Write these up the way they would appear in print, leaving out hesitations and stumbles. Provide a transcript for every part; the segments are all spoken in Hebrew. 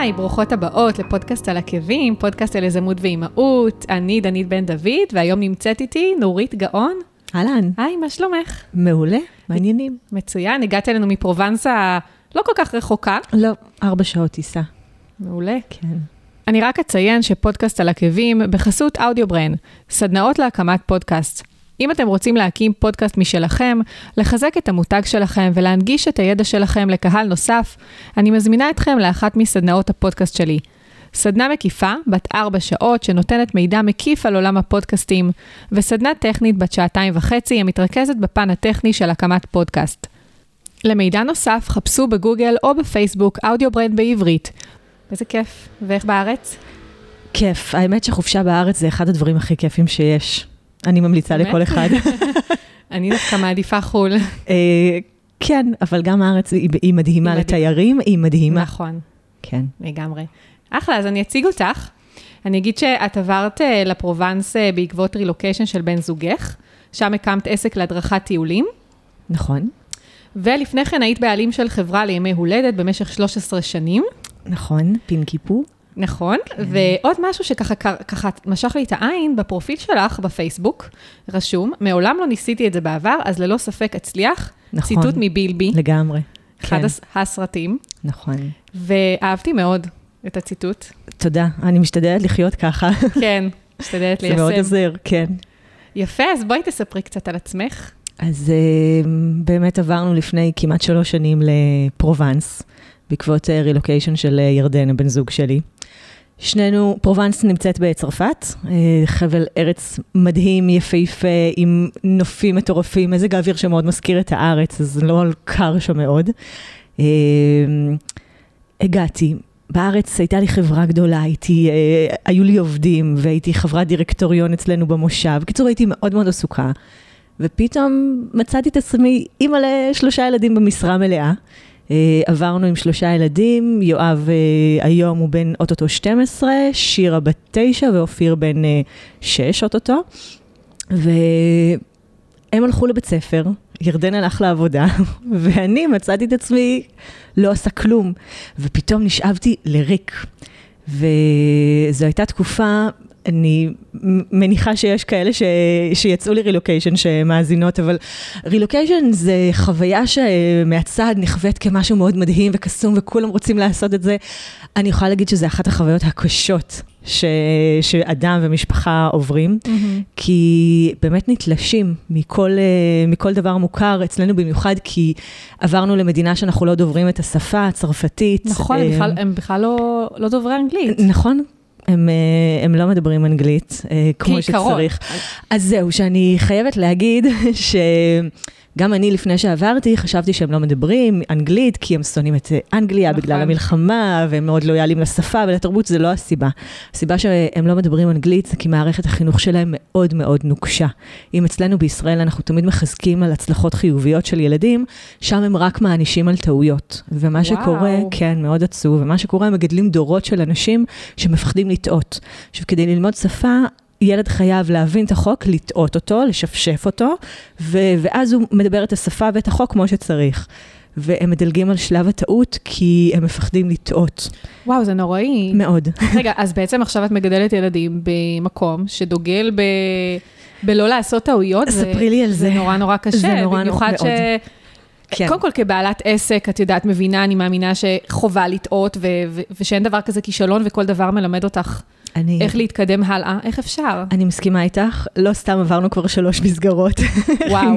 היי, ברוכות הבאות לפודקאסט על עקבים, פודקאסט על יזמות ואימהות. אני דנית בן דוד, והיום נמצאת איתי נורית גאון. אהלן. היי, מה שלומך? מעולה, מעניינים. מצוין, הגעת אלינו מפרובנסה לא כל כך רחוקה. לא, 4 שעות טיסה. מעולה. כן. אני רק אציין שפודקאסט על עקבים בחסות אודיוברן, סדנאות להקמת פודקאסט. אם אתם רוצים להקים פודקאסט משלכם, לחזק את המותג שלכם ולהנגיש את הידע שלכם לקהל נוסף, אני מזמינה אתכם לאחת מסדנאות הפודקאסט שלי. סדנה מקיפה, בת 4 שעות, שנותנת מידע מקיף על עולם הפודקאסטים, וסדנה טכנית בת 2.5 המתרכזת בפן הטכני של הקמת פודקאסט. למידע נוסף, חפשו בגוגל או בפייסבוק אודיוברן בעברית. איזה כיף. ואיך בארץ? כיף. האמת שחופשה בארץ זה אחד הדברים הכי כיפים שיש. אני ממליצה לכל אחד. אני דווקא מעדיפה חול. כן, אבל גם הארץ היא מדהימה לתיירים, היא מדהימה. נכון. כן. לגמרי. אחלה, אז אני אציג אותך. אני אגיד שאת עברת לפרובנס בעקבות רילוקיישן של בן זוגך, שם הקמת עסק להדרכת טיולים. נכון. ולפני כן היית בעלים של חברה לימי הולדת במשך 13 שנים. נכון, פינקיפו. נכון, כן. ועוד משהו שככה משך לי את העין בפרופיל שלך בפייסבוק, רשום, מעולם לא ניסיתי את זה בעבר, אז ללא ספק הצליח, נכון, ציטוט מבילבי. לגמרי. אחד הסרטים. נכון. ואהבתי מאוד את הציטוט. תודה, אני משתדלת לחיות ככה. כן, משתדלת ליישם. זה מאוד עזר, כן. יפה, אז בואי תספרי קצת על עצמך. אז באמת עברנו לפני כמעט 3 שנים לפרובנס, בעקבות רילוקיישן של ירדן, הבן זוג שלי. שנינו, פרובנס נמצאת בצרפת, חבל ארץ מדהים, יפהפה, עם נופים מטורפים, מזג האוויר שמאוד מזכיר את הארץ, אז לא קר שם מאוד. הגעתי, בארץ הייתה לי חברה גדולה, היו לי עובדים, והייתי חברת דירקטוריון אצלנו במושב. בקיצור, הייתי מאוד מאוד עסוקה, ופתאום מצאתי את עצמי אימא ל3 ילדים במשרה מלאה. עברנו עם 3 ילדים, יואב היום הוא בן אוטוטו 12, שירה בת 9 ואופיר בן 6 אוטוטו. והם הלכו לבית ספר, ירדן הלך לעבודה, ואני מצאתי את עצמי לא עשה כלום. ופתאום נשאבתי לריק. וזו הייתה תקופה, אני מניחה שיש כאלה שיצאו לי רילוקיישן שמאזינות, אבל רילוקיישן זה חוויה שמהצד נחווית כמשהו מאוד מדהים וקסום, וכולם רוצים לעשות את זה. אני יכולה להגיד שזה אחת החוויות הקשות שאדם ומשפחה עוברים, כי באמת נתלשים מכל דבר מוכר, אצלנו במיוחד, כי עברנו למדינה שאנחנו לא דוברים את השפה הצרפתית. נכון, הם בכלל לא דוברי אנגלית. נכון. הם לא מדברים אנגלית כמו שצריך. אז זהו, שאני חייבת להגיד שגם אני לפני שעברתי, חשבתי שהם לא מדברים אנגלית, כי הם שונאים את אנגליה בגלל המלחמה, והם מאוד לויאלים לשפה ולתרבות, זה לא הסיבה. הסיבה שהם לא מדברים אנגלית, זה כי מערכת החינוך שלהם מאוד מאוד נוקשה. אם אצלנו בישראל אנחנו תמיד מחזקים על הצלחות חיוביות של ילדים, שם הם רק מענישים על טעויות. ומה שקורה, כן, מאוד עצוב, ומה שקורה, הם מגדלים דורות של אנשים שמפחדים לטעות. עכשיו, כדי ללמוד שפה, ילד חייב להבין את החוק, לטעות אותו, לשפשף אותו, ואז הוא מדבר את השפה ואת החוק כמו שצריך. והם מדלגים על שלב הטעות, כי הם מפחדים לטעות. וואו, זה נוראי. מאוד. רגע, אז בעצם עכשיו את מגדלת ילדים במקום שדוגל בלא לעשות טעויות. ספרי לי על זה. זה נורא נורא קשה. זה נורא במיוחד מאוד. קודם כל כבעלת עסק, את יודעת, מבינה, אני מאמינה שחובה לטעות, ושאין דבר כזה כישלון, וכל דבר מלמד אותך איך להתקדם הלאה, איך אפשר? אני מסכימה איתך, לא סתם עברנו כבר 3 מסגרות. וואו.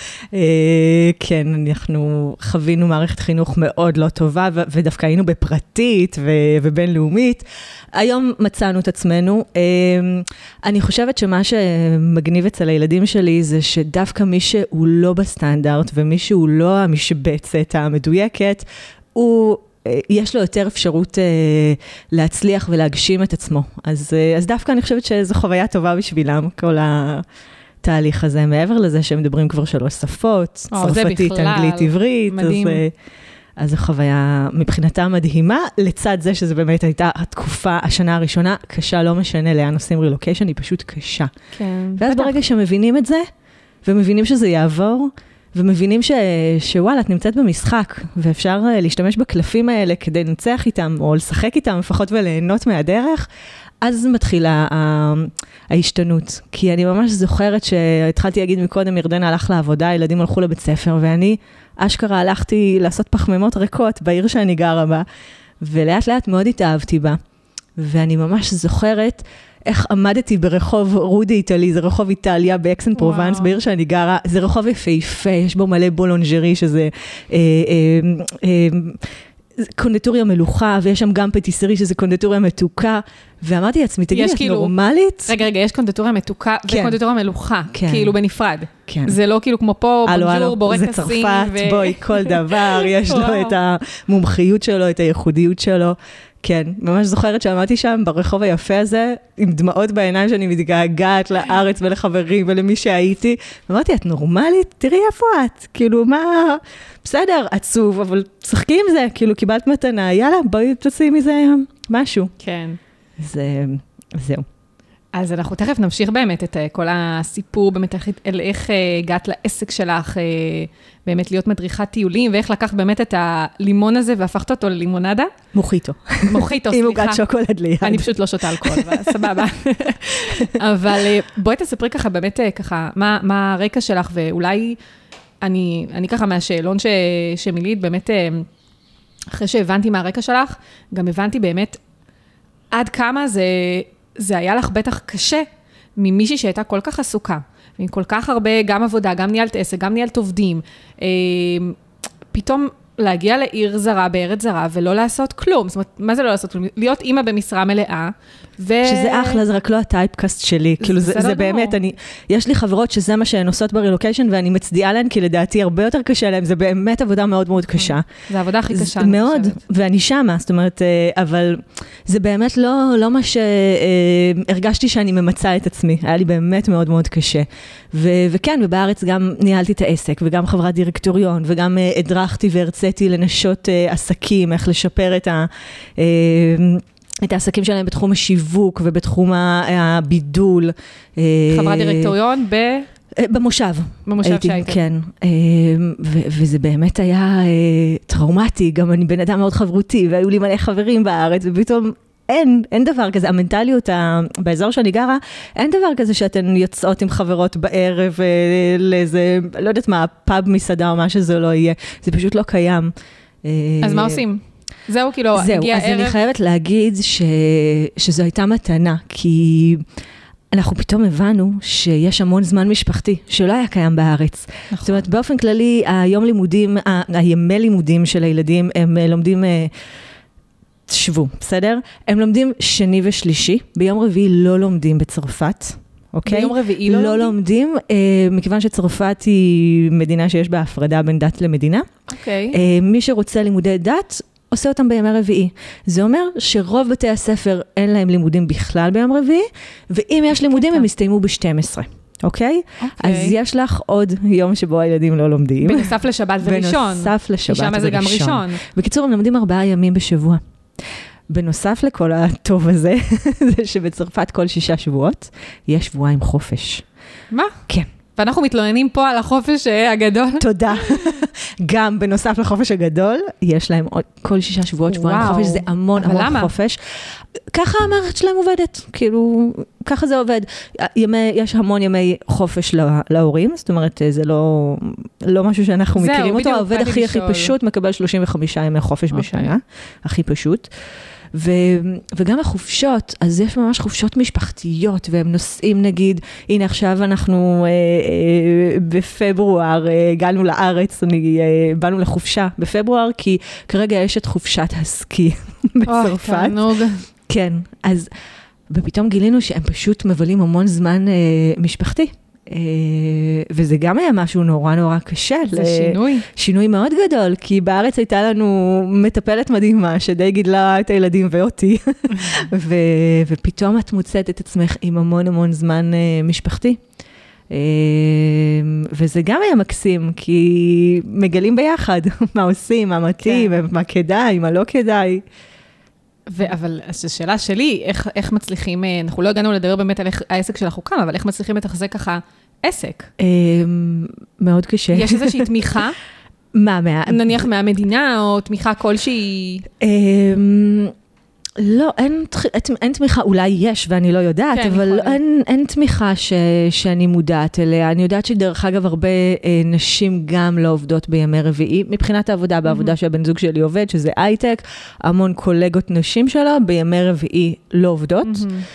כן, אנחנו חווינו מערכת חינוך מאוד לא טובה, ודווקא היינו בפרטית ובינלאומית. היום מצאנו את עצמנו. אני חושבת שמה שמגניב אצל הילדים שלי, זה שדווקא מי שהוא לא בסטנדרט, ומי שהוא לא המשבצת המדויקת, יש לו יותר אפשרות להצליח ולהגשים את עצמו. אז דווקא אני חושבת שזו חוויה טובה בשבילם, כל התהליך הזה. מעבר לזה שהם מדברים כבר 3 שפות, צרפתית, אנגלית, עברית. מדהים. אז זו חוויה מבחינתה מדהימה, לצד זה שזה באמת הייתה התקופה, השנה הראשונה, קשה, לא משנה לאן עושים רילוקיישן, היא פשוט קשה. כן. ואז ברגע שמבינים את זה, ומבינים שזה יעבור, ומבינים שוואלה, את נמצאת במשחק, ואפשר להשתמש בקלפים האלה כדי לנצח איתם, או לשחק איתם לפחות וליהנות מהדרך, אז מתחילה ההשתנות. כי אני ממש זוכרת שהתחלתי להגיד מקודם, ירדנה הלך לעבודה, ילדים הלכו לבית ספר, ואני אשכרה הלכתי לעשות פחמימות ריקות בעיר שאני גרה בה, ולאט לאט מאוד התאהבתי בה. ואני ממש זוכרת איך עמדתי ברחוב רודי איטלי, זה רחוב איטליה באקסן פרובנס, בעיר שאני גרה, זה רחוב יפהפה, יש בו מלא בולונג'רי, שזה קונדטוריה מלוכה, ויש שם גם פטיסרי, שזה קונדטוריה מתוקה, ואמרתי לעצמי, תגידי, את נורמלית? רגע, יש קונדטוריה מתוקה וקונדטוריה מלוכה, כאילו בנפרד. כן. זה לא כאילו כמו פה, בונג'ור, בורקסים. זה צרפת, בואי, כל דבר, יש לו את המומחיות שלו, את הייחודיות שלו. כן, ממש זוכרת שעמדתי שם ברחוב היפה הזה, עם דמעות בעיניים שאני מתגעגעת לארץ ולחברים ולמי שהייתי. אמרתי, את נורמלית? תראי איפה את. כאילו, מה... בסדר, עצוב, אבל שחקי עם זה. כאילו, קיבלת מתנה, יאללה, בואי תעשי מזה משהו. כן. זהו. אז אנחנו תכף נמשיך באמת את כל הסיפור, באמת איך הגעת לעסק שלך, באמת להיות מדריכת טיולים, ואיך לקחת באמת את הלימון הזה והפכת אותו ללימונדה? מוחיטו. מוחיטו, סליחה. עם עוגת שוקולד ליד. אני פשוט לא שותה אלכוהול, סבבה. אבל בואי תספרי ככה, באמת ככה, מה הרקע שלך, ואולי אני ככה מהשאלון שמילית, באמת, אחרי שהבנתי מה הרקע שלך, גם הבנתי באמת עד כמה זה היה לך בטח קשה ממישהי שהייתה כל כך עסוקה, עם כל כך הרבה, גם עבודה, גם ניהלת עסק, גם ניהלת עובדים, פתאום להגיע לעיר זרה, בארץ זרה, ולא לעשות כלום. זאת אומרת, מה זה לא לעשות כלום? להיות אימא במשרה מלאה, שזה אחלה, זה רק לא הטייפקאסט שלי. כאילו, זה באמת, יש לי חברות שזה מה שהן עושות ברילוקיישן, ואני מצדיעה להן, כי לדעתי הרבה יותר קשה להן, זה באמת עבודה מאוד מאוד קשה. זה העבודה הכי קשה. מאוד, ואני שמה, זאת אומרת, אבל זה באמת לא מה שהרגשתי שאני ממצא את עצמי. היה לי באמת מאוד מאוד קשה. וכן, ובארץ גם ניהלתי את העסק, וגם חברת דירקטוריון, וגם הדרכתי והרציתי לנשות עסקים, איך לשפר את העסקים שלהם בתחום השיווק ובתחום הבידול. חברת דירקטוריון במושב. במושב שהייתם. כן, וזה באמת היה טראומטי, גם אני בן אדם מאוד חברותי, והיו לי מלא חברים בארץ, ופתאום אין דבר כזה, המנטליות באזור שאני גרה, אין דבר כזה שאתן יוצאות עם חברות בערב לאיזה, לא יודעת מה, פאב מסעדה או מה שזה לא יהיה, זה פשוט לא קיים. אז מה עושים? זהו, כאילו, הגיע אז ערב. אני חייבת להגיד שזו הייתה מתנה, כי אנחנו פתאום הבנו שיש המון זמן משפחתי, שלא היה קיים בארץ. נכון. זאת אומרת, באופן כללי, הימי לימודים של הילדים, הם לומדים שבו, בסדר? הם לומדים שני ושלישי, ביום רביעי לא לומדים בצרפת, אוקיי? ביום רביעי לא לומדים, מכיוון שצרפת היא מדינה שיש בה הפרדה בין דת למדינה. אוקיי. מי שרוצה לימודי דת, עושה אותם בימי רביעי. זה אומר שרוב בתי הספר אין להם לימודים בכלל ביום רביעי, ואם יש לימודים הם מסתיימו ב-12. אוקיי? אז יש לך עוד יום שבו הילדים לא לומדים. בנוסף לשבת וראשון. בנוסף לשבת וראשון. שם זה גם ראשון. בקיצור, הם לומדים 4 ימים בשבוע. בנוסף לכל הטוב הזה, זה שבצרפת כל 6 שבועות, יש שבועיים חופש. מה? כן. ואנחנו מתלוננים פה על החופש הגדול. תודה. גם בנוסף לחופש הגדול, יש להם עוד כל 6 שבועות, שבועיים חופש, זה המון המון חופש. ככה המערכת שלהם עובדת, כאילו, ככה זה עובד. יש המון ימי חופש להורים, זאת אומרת, זה לא משהו שאנחנו מכירים אותו, העובד הכי פשוט מקבל 35 ימי חופש בשנה, הכי פשוט. וגם החופשות, אז יש ממש חופשות משפחתיות, והם נוסעים נגיד, הנה עכשיו אנחנו בפברואר, הגענו לארץ, באנו לחופשה בפברואר, כי כרגע יש את חופשת הסקי בצרפת. תענוג. כן, אז ופתאום גילינו שהם פשוט מבלים המון זמן משפחתי. וזה גם היה משהו נורא נורא קשה. זה שינוי. שינוי מאוד גדול, כי בארץ הייתה לנו מטפלת מדהימה, שדי גידלה את הילדים ואותי, ופתאום את מוצאת את עצמך עם המון המון זמן משפחתי. וזה גם היה מקסים, כי מגלים ביחד מה עושים, מה מתאים, מה כדאי, מה לא כדאי. אבל השאלה שלי, איך מצליחים, אנחנו לא הגענו לדבר באמת על איך העסק שלך הוקם, אבל איך מצליחים לתחזק ככה עסק. מאוד קשה. יש איזושהי תמיכה? מה, נניח מהמדינה, או תמיכה כלשהי? לא, אין תמיכה, אולי יש ואני לא יודעת, אבל אין תמיכה שאני מודעת אליה. אני יודעת שדרך אגב הרבה נשים גם לא עובדות בימי רביעי, מבחינת העבודה, בעבודה שהבן זוג שלי עובד, שזה הייטק, המון קולגות נשים שלה, בימי רביעי לא עובדות.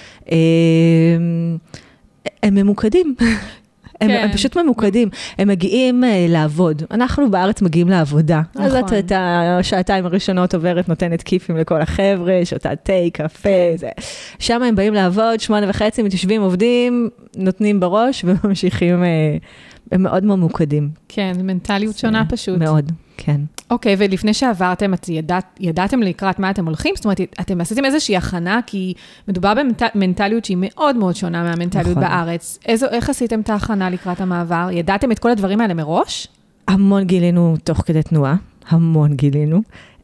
הם ממוקדים. הם פשוט ממוקדים, הם מגיעים לעבוד. אנחנו בארץ מגיעים לעבודה. אז את השעתיים הראשונות עוברת, נותנת כיפים לכל החבר'ה, שותה תה, קפה, זה. שם הם באים לעבוד, 8:30, מתיישבים, עובדים, נותנים בראש וממשיכים, הם מאוד ממוקדים. כן, מנטליות שונה פשוט. מאוד, כן. אוקיי, ולפני שעברתם, ידעתם לקראת מה אתם הולכים? זאת אומרת, אתם עשיתם איזושהי הכנה, כי מדובר במנטליות שהיא מאוד מאוד שונה מהמנטליות בארץ. איך עשיתם את ההכנה לקראת המעבר? ידעתם את כל הדברים האלה מראש? המון גילינו תוך כדי תנועה, המון גילינו.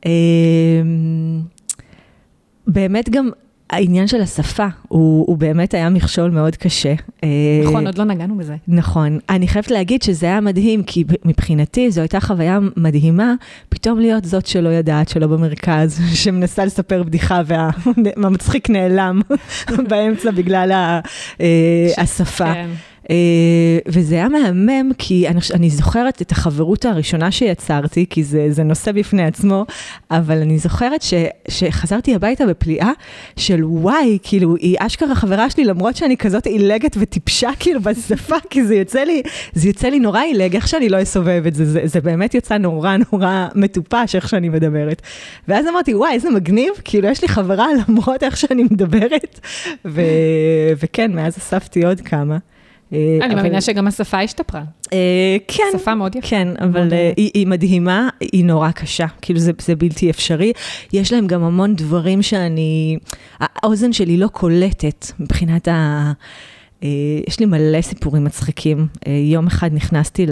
באמת גם העניין של השפה, הוא באמת היה מכשול מאוד קשה. נכון, עוד לא נגענו בזה. נכון. אני חייבת להגיד שזה היה מדהים, כי מבחינתי זו הייתה חוויה מדהימה, פתאום להיות זאת שלא ידעת, שלא במרכז, שמנסה לספר בדיחה והמצחיק נעלם באמצע בגלל השפה. כן. וזה היה מהמם, כי אני זוכרת את החברות הראשונה שיצרתי, כי זה נושא בפני עצמו, אבל אני זוכרת שחזרתי הביתה בפליאה של וואי, כאילו, היא אשכרה חברה שלי, למרות שאני כזאת אילגת וטיפשה, כאילו, בשפה, כי זה יוצא לי נורא אילג, איך שאני לא אסובב את זה, זה באמת יצא נורא מטופש, איך שאני מדברת. ואז אמרתי, וואי, איזה מגניב, כאילו, יש לי חברה למרות איך שאני מדברת, וכן, מאז אספתי עוד כמה. אני מאמינה שגם השפה השתפרה. כן. שפה מאוד יפה. כן, אבל היא מדהימה, היא נורא קשה, כאילו זה בלתי אפשרי. יש להם גם המון דברים האוזן שלי לא קולטת, מבחינת יש לי מלא סיפורים מצחיקים. יום אחד נכנסתי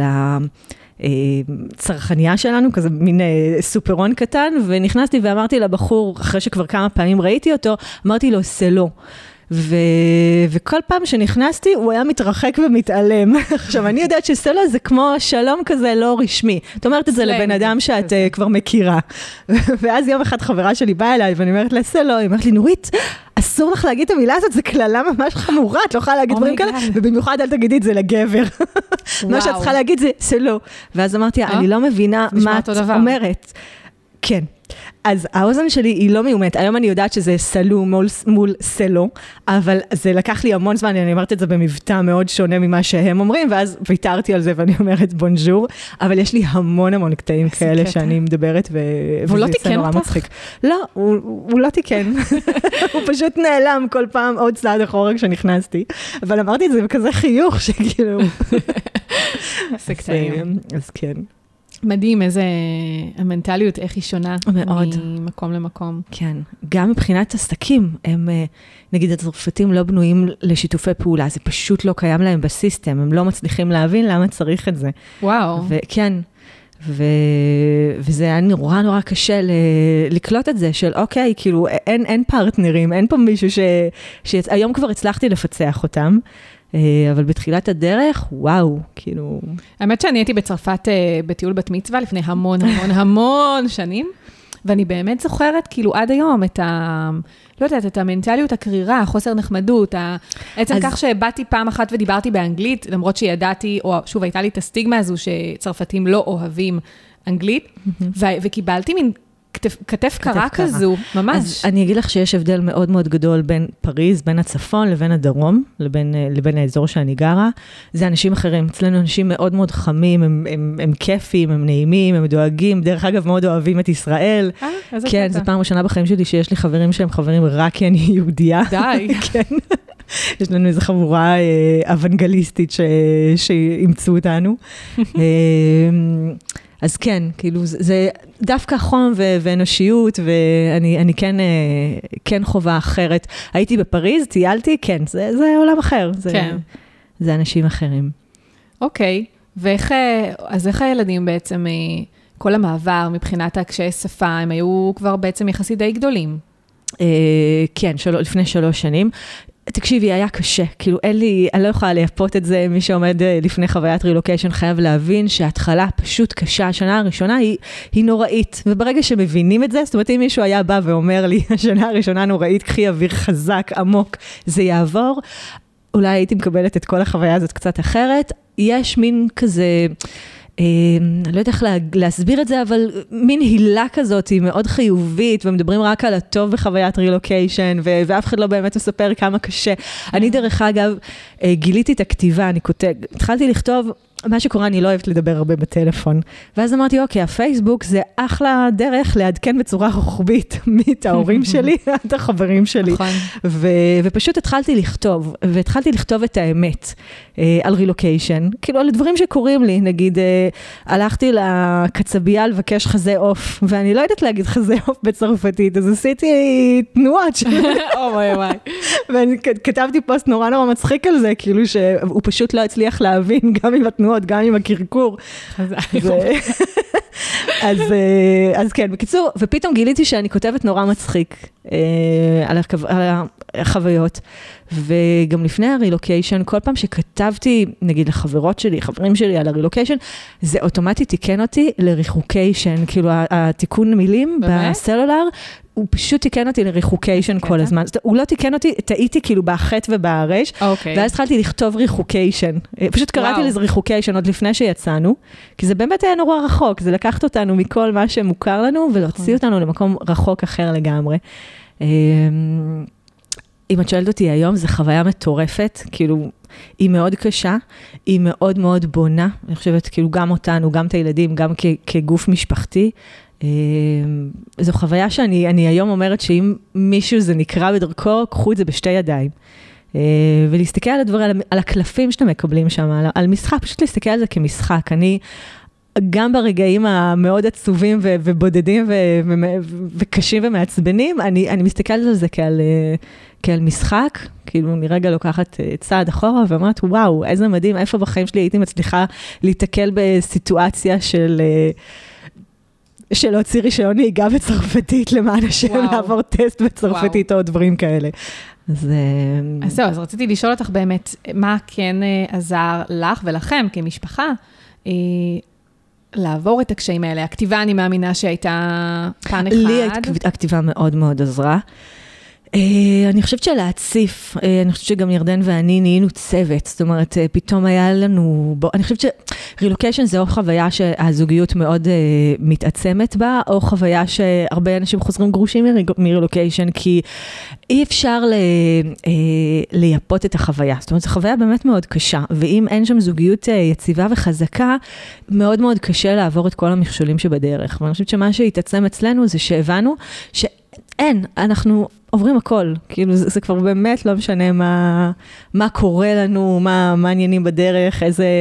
צרכניה שלנו, כזה מין סופרון קטן, ונכנסתי ואמרתי לבחור, אחרי שכבר כמה פעמים ראיתי אותו, אמרתי לו, סלו. וכל פעם שנכנסתי, הוא היה מתרחק ומתעלם. עכשיו, אני יודעת שסלו זה כמו שלום כזה לא רשמי. את אומרת את זה לבן אדם שאת כבר מכירה. ואז יום אחד חברה שלי באה אליי, ואני אומרת לה, סלו, היא אומרת לי, נורית, אסור לך להגיד את המילה הזאת, זה כללה ממש חמורה, את לא יכולה להגיד דברים כאלה, ובמיוחד אל תגידי את זה לגבר. מה שאת צריכה להגיד זה סלו. ואז אמרתי, אני לא מבינה מה את אומרת. כן. אז האוזן שלי היא לא מיומנת, היום אני יודעת שזה סלו מול סלו, אבל זה לקח לי המון זמן, אני אמרת את זה במבטא מאוד שונה ממה שהם אומרים, ואז ויתרתי על זה ואני אומרת בונז'ור, אבל יש לי המון קטעים כאלה שאני מדברת, וזה יצא נורא מצחיק. לא, הוא לא תיקן, הוא פשוט נעלם כל פעם עוד צעד אחורה כשנכנסתי, אבל אמרתי את זה בכזה חיוך שכאילו... זה קטעים. אז כן. מדהים, איזה המנטליות, איך היא שונה מאוד. ממקום למקום. כן, גם מבחינת עסקים, הם, נגיד הצרפתים לא בנויים לשיתופי פעולה, זה פשוט לא קיים להם בסיסטם, הם לא מצליחים להבין למה צריך את זה. וואו. וכן, וזה היה נורא קשה לקלוט את זה, של אוקיי, כאילו אין פרטנרים, אין פה מישהו שהיום כבר הצלחתי לפצח אותם, אבל בתחילת הדרך, וואו, כאילו... האמת שאני הייתי בצרפת בטיול בת מצווה לפני המון שנים, ואני באמת זוכרת כאילו עד היום לא יודעת, את המנטליות הקרירה, החוסר נחמדות, עצם כך שבאתי פעם אחת ודיברתי באנגלית, למרות שידעתי, או שוב הייתה לי את הסטיגמה הזו שצרפתים לא אוהבים אנגלית, וקיבלתי מין כתף קרה כזו, ממש. אז אני אגיד לך שיש הבדל מאוד גדול בין פריז, בין הצפון לבין הדרום, לבין האזור שאני גרה. זה אנשים אחרים. אצלנו אנשים מאוד חמים, הם כיפים, הם נעימים, הם דואגים. דרך אגב, מאוד אוהבים את ישראל. כן, זו פעם ראשונה בחיים שלי שיש לי חברים שהם חברים רק כי אני יהודייה. די. כן. יש לנו איזו חבורה אוונגליסטית שימצאו אותנו. אז כן, כאילו, זה דווקא חום ואנושיות, ואני כן חובה אחרת. הייתי בפריז, טיילתי, כן, זה עולם אחר. כן. זה אנשים אחרים. אוקיי, אז איך הילדים בעצם, כל המעבר מבחינת הקשיי שפה, הם היו כבר בעצם יחסית די גדולים? כן, לפני 3 שנים. תקשיבי, היה קשה, כאילו אני לא יכולה לייפות את זה, מי שעומד לפני חוויית רילוקיישן חייב להבין שההתחלה פשוט קשה, השנה הראשונה היא נוראית, וברגע שמבינים את זה, זאת אומרת, אם מישהו היה בא ואומר לי, השנה הראשונה נוראית, קחי אוויר חזק, עמוק, זה יעבור, אולי הייתי מקבלת את כל החוויה הזאת קצת אחרת, יש מין כזה, אני לא יודעת איך להסביר את זה, אבל מין הילה כזאת היא מאוד חיובית, ומדברים רק על הטוב בחוויית רילוקיישן, ואף אחד לא באמת מספר כמה קשה. אני דרך אגב, גיליתי את הכתיבה, התחלתי לכתוב, מה שקורה, אני לא אוהבת לדבר הרבה בטלפון. ואז אמרתי, אוקיי, הפייסבוק זה אחלה דרך לעדכן בצורה רוחבית את ההורים שלי, את החברים שלי. ופשוט התחלתי לכתוב את האמת על רילוקיישן, כאילו על הדברים שקורים לי, נגיד, הלכתי לקצבייה לבקש חזה עוף, ואני לא יודעת להגיד חזה עוף בצרפתית, אז עשיתי תנועות של... ואני כתבתי פוסט נורא נורא מצחיק על זה, כאילו שהוא פשוט לא הצליח להבין, גם עם התנועות, גם עם הקרקור. אז כן, בקיצור, ופתאום גיליתי שאני כותבת נורא מצחיק על החוויות, וגם לפני הרילוקיישן, כל פעם שכתבתי, נגיד לחברות שלי, חברים שלי על הרילוקיישן, זה אוטומטית תיקן אותי לריחוקיישן, כאילו התיקון מילים בסלולר, הוא פשוט תיקן אותי לריחוקיישן כל הזמן. הוא לא תיקן אותי, טעיתי כאילו בחטא ובהרש, ואז התחלתי לכתוב ריחוקיישן. פשוט קראתי לזה ריחוקיישן עוד לפני שיצאנו, כי זה באמת היה נורא רחוק, זה לקחת אותנו מכל מה שמוכר לנו, ולהוציא אותנו למקום רחוק אחר לגמרי. אם את שואלת אותי היום, זו חוויה מטורפת, כאילו, היא מאוד קשה, היא מאוד מאוד בונה, אני חושבת כאילו גם אותנו, גם את הילדים, גם כגוף משפחתי, זו חוויה שאני היום אומרת שאם מישהו זה נקרא בדרכו, קחו את זה בשתי ידיים. ולהסתכל על הדברים, על הקלפים שאתם מקבלים שם, על משחק, פשוט להסתכל על זה כמשחק. אני, גם ברגעים המאוד עצובים ובודדים וקשים ומעצבנים, אני מסתכלת על זה כעל משחק, כאילו אני רגע לוקחת צעד אחורה ואומרת, וואו, איזה מדהים, איפה בחיים שלי הייתי מצליחה להתקל בסיטואציה של להוציא רישיון נהיגה בצרפתית למען השם, לעבור טסט בצרפתית או דברים כאלה. אז זהו, אז רציתי לשאול אותך באמת, מה כן עזר לך ולכם כמשפחה, לעבור את הקשיים האלה? הכתיבה אני מאמינה שהייתה פן אחד. לי הכתיבה מאוד מאוד עזרה. אני חושבת שלהציף, אני חושבת שגם ירדן ואני נהיינו צוות, זאת אומרת, פתאום היה לנו, אני חושבת שרילוקיישן זה או חוויה שהזוגיות מאוד מתעצמת בה, או חוויה שהרבה אנשים חוזרים גרושים מרילוקיישן, כי אי אפשר לייפות את החוויה, זאת אומרת, זו חוויה באמת מאוד קשה, ואם אין שם זוגיות יציבה וחזקה, מאוד מאוד קשה לעבור את כל המכשולים שבדרך, ואני חושבת שמה שהתעצם אצלנו זה שהבנו אין, אנחנו עוברים הכל, כאילו זה כבר באמת לא משנה מה קורה לנו, מה מעניינים בדרך,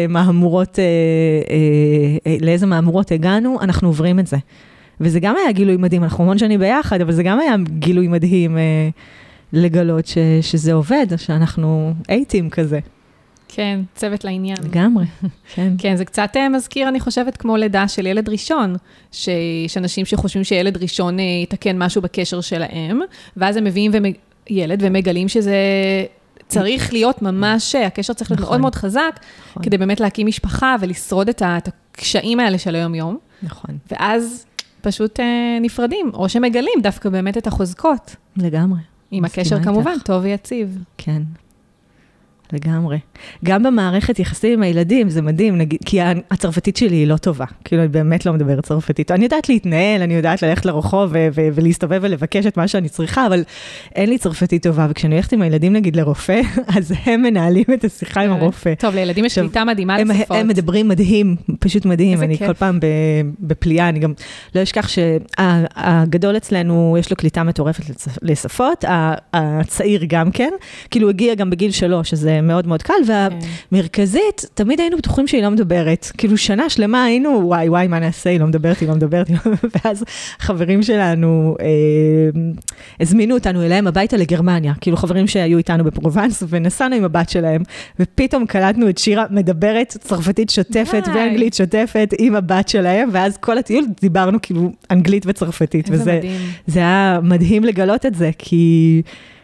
לאיזה מהמורות הגענו, אנחנו עוברים את זה. וזה גם היה גילוי מדהים, אנחנו המון שנים ביחד, אבל זה גם היה גילוי מדהים לגלות שזה עובד, שאנחנו אייטים כזה. כן, צוות לעניין. לגמרי, כן. כן, זה קצת מזכיר, אני חושבת, כמו לידה של ילד ראשון, שיש אנשים שחושבים שילד ראשון יתקן משהו בקשר שלהם, ואז הם מביאים ילד ומגלים שזה צריך להיות ממש, הקשר צריך להיות מאוד מאוד חזק, כדי באמת להקים משפחה ולשרוד את הקשיים האלה של היום-יום. נכון. ואז פשוט נפרדים, או שמגלים דווקא באמת את החוזקות. לגמרי. עם הקשר כמובן, טוב ויציב. כן. לגמרי. גם במערכת יחסים עם הילדים, זה מדהים, נגיד, כי הצרפתית שלי היא לא טובה, כאילו אני באמת לא מדברת צרפתית. אני יודעת להתנהל, אני יודעת ללכת לרחוב ולהסתובב ולבקש את מה שאני צריכה, אבל אין לי צרפתית טובה, וכשאני הולכת עם הילדים נגיד לרופא, אז הם מנהלים את השיחה עם הרופא. טוב, לילדים יש שליטה מדהימה לשפות. הם מדברים מדהים, פשוט מדהים. אני כל פעם בפליאה, אני גם לא אשכח שהגדול אצלנו יש לו קליטה מטורפת לשפות, הצעיר גם כן, כאילו הגיע גם בגיל 3, אז זה מאוד מאוד קל, והמרכזית, תמיד היינו בטוחים שהיא לא מדברת. כאילו שנה שלמה היינו, וואי, מה נעשה? היא לא מדברת. ואז חברים שלנו הזמינו אותנו אליהם הביתה לגרמניה. כאילו חברים שהיו איתנו בפרובנס, ונסענו עם הבת שלהם, ופתאום קלטנו את שירה מדברת צרפתית שוטפת ואנגלית שוטפת עם הבת שלהם, ואז כל הטיול דיברנו כאילו אנגלית וצרפתית. איזה מדהים. זה היה מדהים לגלות את זה, כי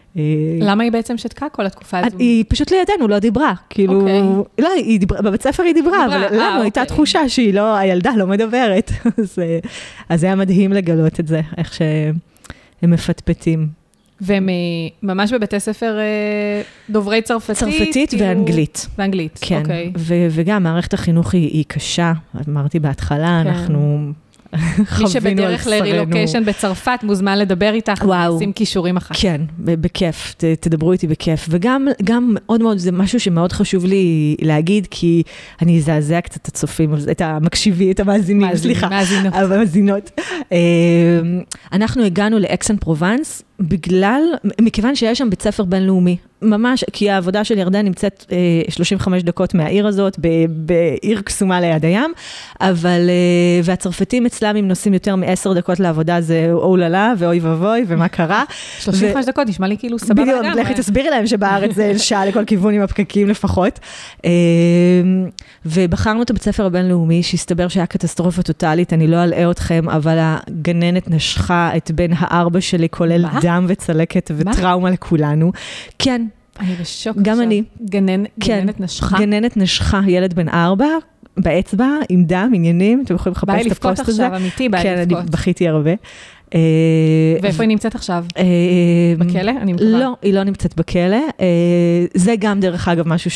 למה היא בעצם שתקה כל התקופה הזו? היא פשוט לידינו, לא דיברה. כאילו, לא, בבית ספר היא דיברה, אבל לנו הייתה תחושה שהיא לא, הילדה לא מדברת. אז היה מדהים לגלות את זה, איך שהם מפטפטים. והם ממש בבתי ספר דוברי צרפתית? צרפתית ואנגלית. ואנגלית, כן, וגם מערכת החינוך היא קשה, אמרתי בהתחלה, אנחנו מי שבדרך לרילוקיישן בצרפת מוזמן לדבר איתך, ועושים כישורים אחת. כן, בכיף, תדברו איתי בכיף. וגם מאוד מאוד, זה משהו שמאוד חשוב לי להגיד, כי אני אזעזע קצת את הצופים, את המקשיבי, את המאזינים, סליחה. המאזינות. אנחנו הגענו לאקסן פרובנס, מכיוון שיש שם בית ספר בינלאומי, ממש, כי העבודה של ירדן נמצאת 35 דקות מהעיר הזאת, בעיר קסומה ליד הים, אבל, והצרפתים אצלם, אם נוסעים יותר מ10 דקות לעבודה, זה אוללה, ואוי ובוי, ומה קרה. 35 דקות, נשמע לי כאילו סבבה לגמרי. בדיוק, לכי תסבירי להם שבארץ זה שעה לכל כיוון עם הפקקים לפחות. ובחרנו את הבית ספר הבינלאומי, שהסתבר שהיה קטסטרופה טוטלית, אני לא אלאה אתכם, אבל הגננת נשכה את בן הארבע שלי, כולל דם וצלקת וטראומה לכולנו. כן. אני בשוק גם עכשיו. אני. גננת נשכה? גננת נשכה, ילד בן 4, באצבע, עם דם, עניינים, אתם יכולים לחפש את הפוסט הזה. בא לבכות עכשיו, אמיתי, בא לבכות. כן, אני בכיתי הרבה. ואיפה היא נמצאת עכשיו? בכלא? אני מקווה. לא, היא לא נמצאת בכלא. זה גם דרך אגב משהו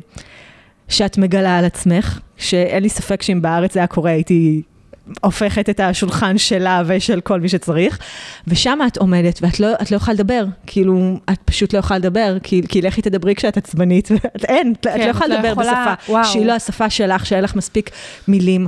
שאת מגלה על עצמך, שאין לי ספק שאם בארץ זה היה קורה, הייתי הופכת את השולחן שלה ושל כל מי שצריך, ושם את עומדת, ואת לא יכולה לדבר, כאילו, את פשוט לא יכולה לדבר, כי לכי תדברי כשאת עצבנית, את לא יכולה לדבר בשפה, שהיא לא השפה שלך, שאין לך מספיק מילים.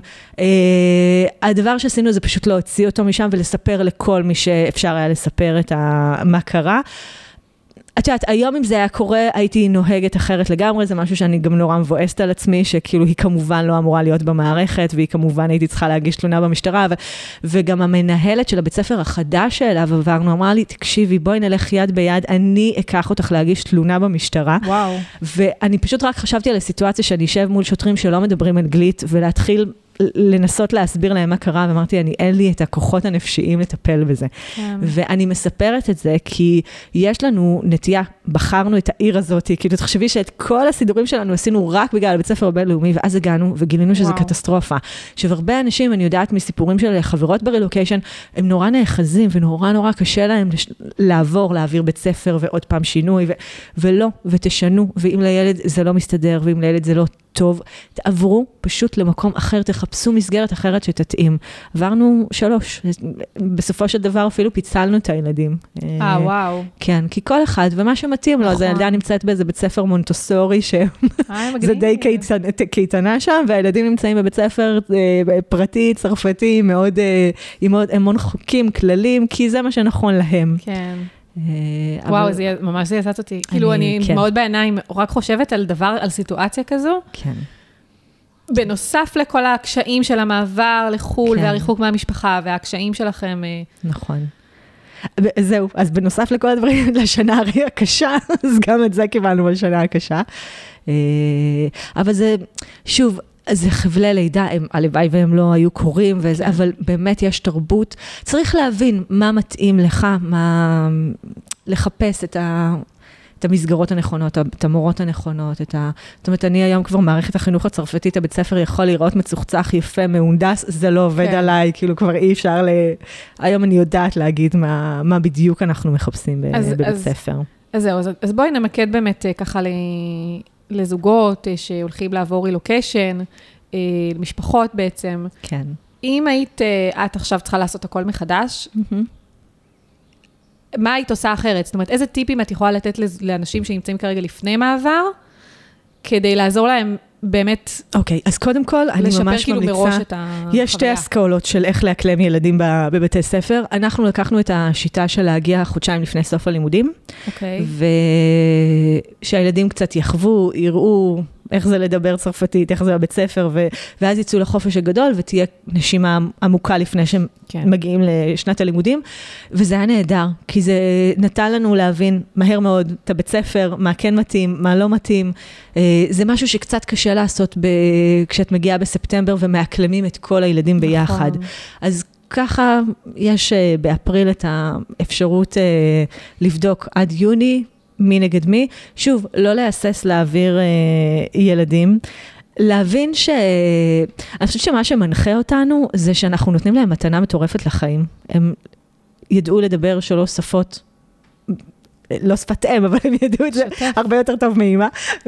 הדבר שעשינו זה פשוט להוציא אותו משם, ולספר לכל מי שאפשר היה לספר מה קרה. את יודעת, היום אם זה היה קורה, הייתי נוהגת אחרת לגמרי, זה משהו שאני גם נורא מבואסת על עצמי, שכאילו היא כמובן לא אמורה להיות במערכת, והיא כמובן הייתי צריכה להגיש תלונה במשטרה, וגם המנהלת של הבית ספר החדש שאליו עברנו, אמרה לי, תקשיבי, בואי נלך יד ביד, אני אקח אותך להגיש תלונה במשטרה. וואו. ואני פשוט רק חשבתי על הסיטואציה שאני אשב מול שוטרים שלא מדברים אנגלית, ולהתחיל לנסות להסביר להם מה קרה, ואמרתי, אין לי את הכוחות הנפשיים לטפל בזה. ואני מספרת את זה, כי יש לנו נטייה, בחרנו את העיר הזאת, כאילו תחשבי שאת כל הסידורים שלנו עשינו רק בגלל בית ספר הבינלאומי, ואז הגענו וגילינו שזה קטסטרופה. שהרבה אנשים, אני יודעת מסיפורים של חברות ברילוקיישן, הם נורא נאחזים, ונורא קשה להם להעביר בית ספר, ועוד פעם שינוי, ולא, ותשנו, ואם לילד זה לא מסתדר, ואם לילד זה לא טוב, תעברו פשוט למקום אחר, תחפשו מסגרת אחרת שתתאים. עברנו 3, בסופו של דבר אפילו פיצלנו את הילדים. וואו. כן, כי כל אחד, ומה שמתאים לו, זה ילדה נמצאת באיזה בית ספר מונטוסורי, שזה די קייטנה שם, והילדים נמצאים בבית ספר פרטי, צרפתי, עם המון חוקים, כללים, כי זה מה שנכון להם. כן. וואו, ממש זה יצאת אותי. כאילו, אני מאוד בעיניים, רק חושבת על דבר, על סיטואציה כזו. כן. בנוסף לכל הקשיים של המעבר לחול, והריחוק מהמשפחה, והקשיים שלכם. נכון. זהו, אז בנוסף לכל הדברים, לשנה הרי הקשה, אז גם את זה קיבלנו בשנה הקשה. אבל זה, שוב, זה חבלי לידה, הלוואי והם לא היו קורים, אבל באמת יש תרבות. צריך להבין מה מתאים לך, לחפש את המסגרות הנכונות, את המורות הנכונות, זאת אומרת, אני היום כבר מערכת החינוך הצרפתית, הבית ספר יכול לראות מצוחצח, יפה, מהונדס, זה לא עובד עליי, כאילו כבר אי אפשר היום אני יודעת להגיד מה בדיוק אנחנו מחפשים בבית ספר. אז זהו, אז בואי נמקד באמת ככה לזוגות שהולכים לעבור רילוקיישן, למשפחות בעצם. כן. אם את עכשיו צריכה לעשות הכל מחדש, מה היית עושה אחרת? זאת אומרת, איזה טיפים את יכולה לתת לאנשים שנמצאים כרגע לפני מעבר, כדי לעזור להם באמת... אוקיי, אז קודם כל, אני ממש ממליצה, יש 2 אסכולות של איך להקלם ילדים בבתי ספר. אנחנו לקחנו את השיטה של להגיע חודשיים לפני סוף הלימודים, ושהילדים קצת יחוו, יראו איך זה לדבר צרפתית, איך זה בבית ספר, ואז יצאו לחופש הגדול, ותהיה נשימה עמוקה לפני שהם מגיעים לשנת הלימודים, וזה היה נהדר, כי זה נתן לנו להבין מהר מאוד את הבית ספר, מה כן מתאים, מה לא מתאים, זה משהו שקצת קשה לעשות כשאת מגיעה בספטמבר, ומאקלמים את כל הילדים ביחד. אז ככה יש באפריל את האפשרות לבדוק עד יוני, מי נגד מי. שוב, לא להסס להעביר ילדים. להבין אני חושבת שמה שמנחה אותנו, זה שאנחנו נותנים להם מתנה מטורפת לחיים. הם ידעו לדבר 3 שפות, לא שפת אם, אבל הם ידעו את זה הרבה יותר טוב מאמא,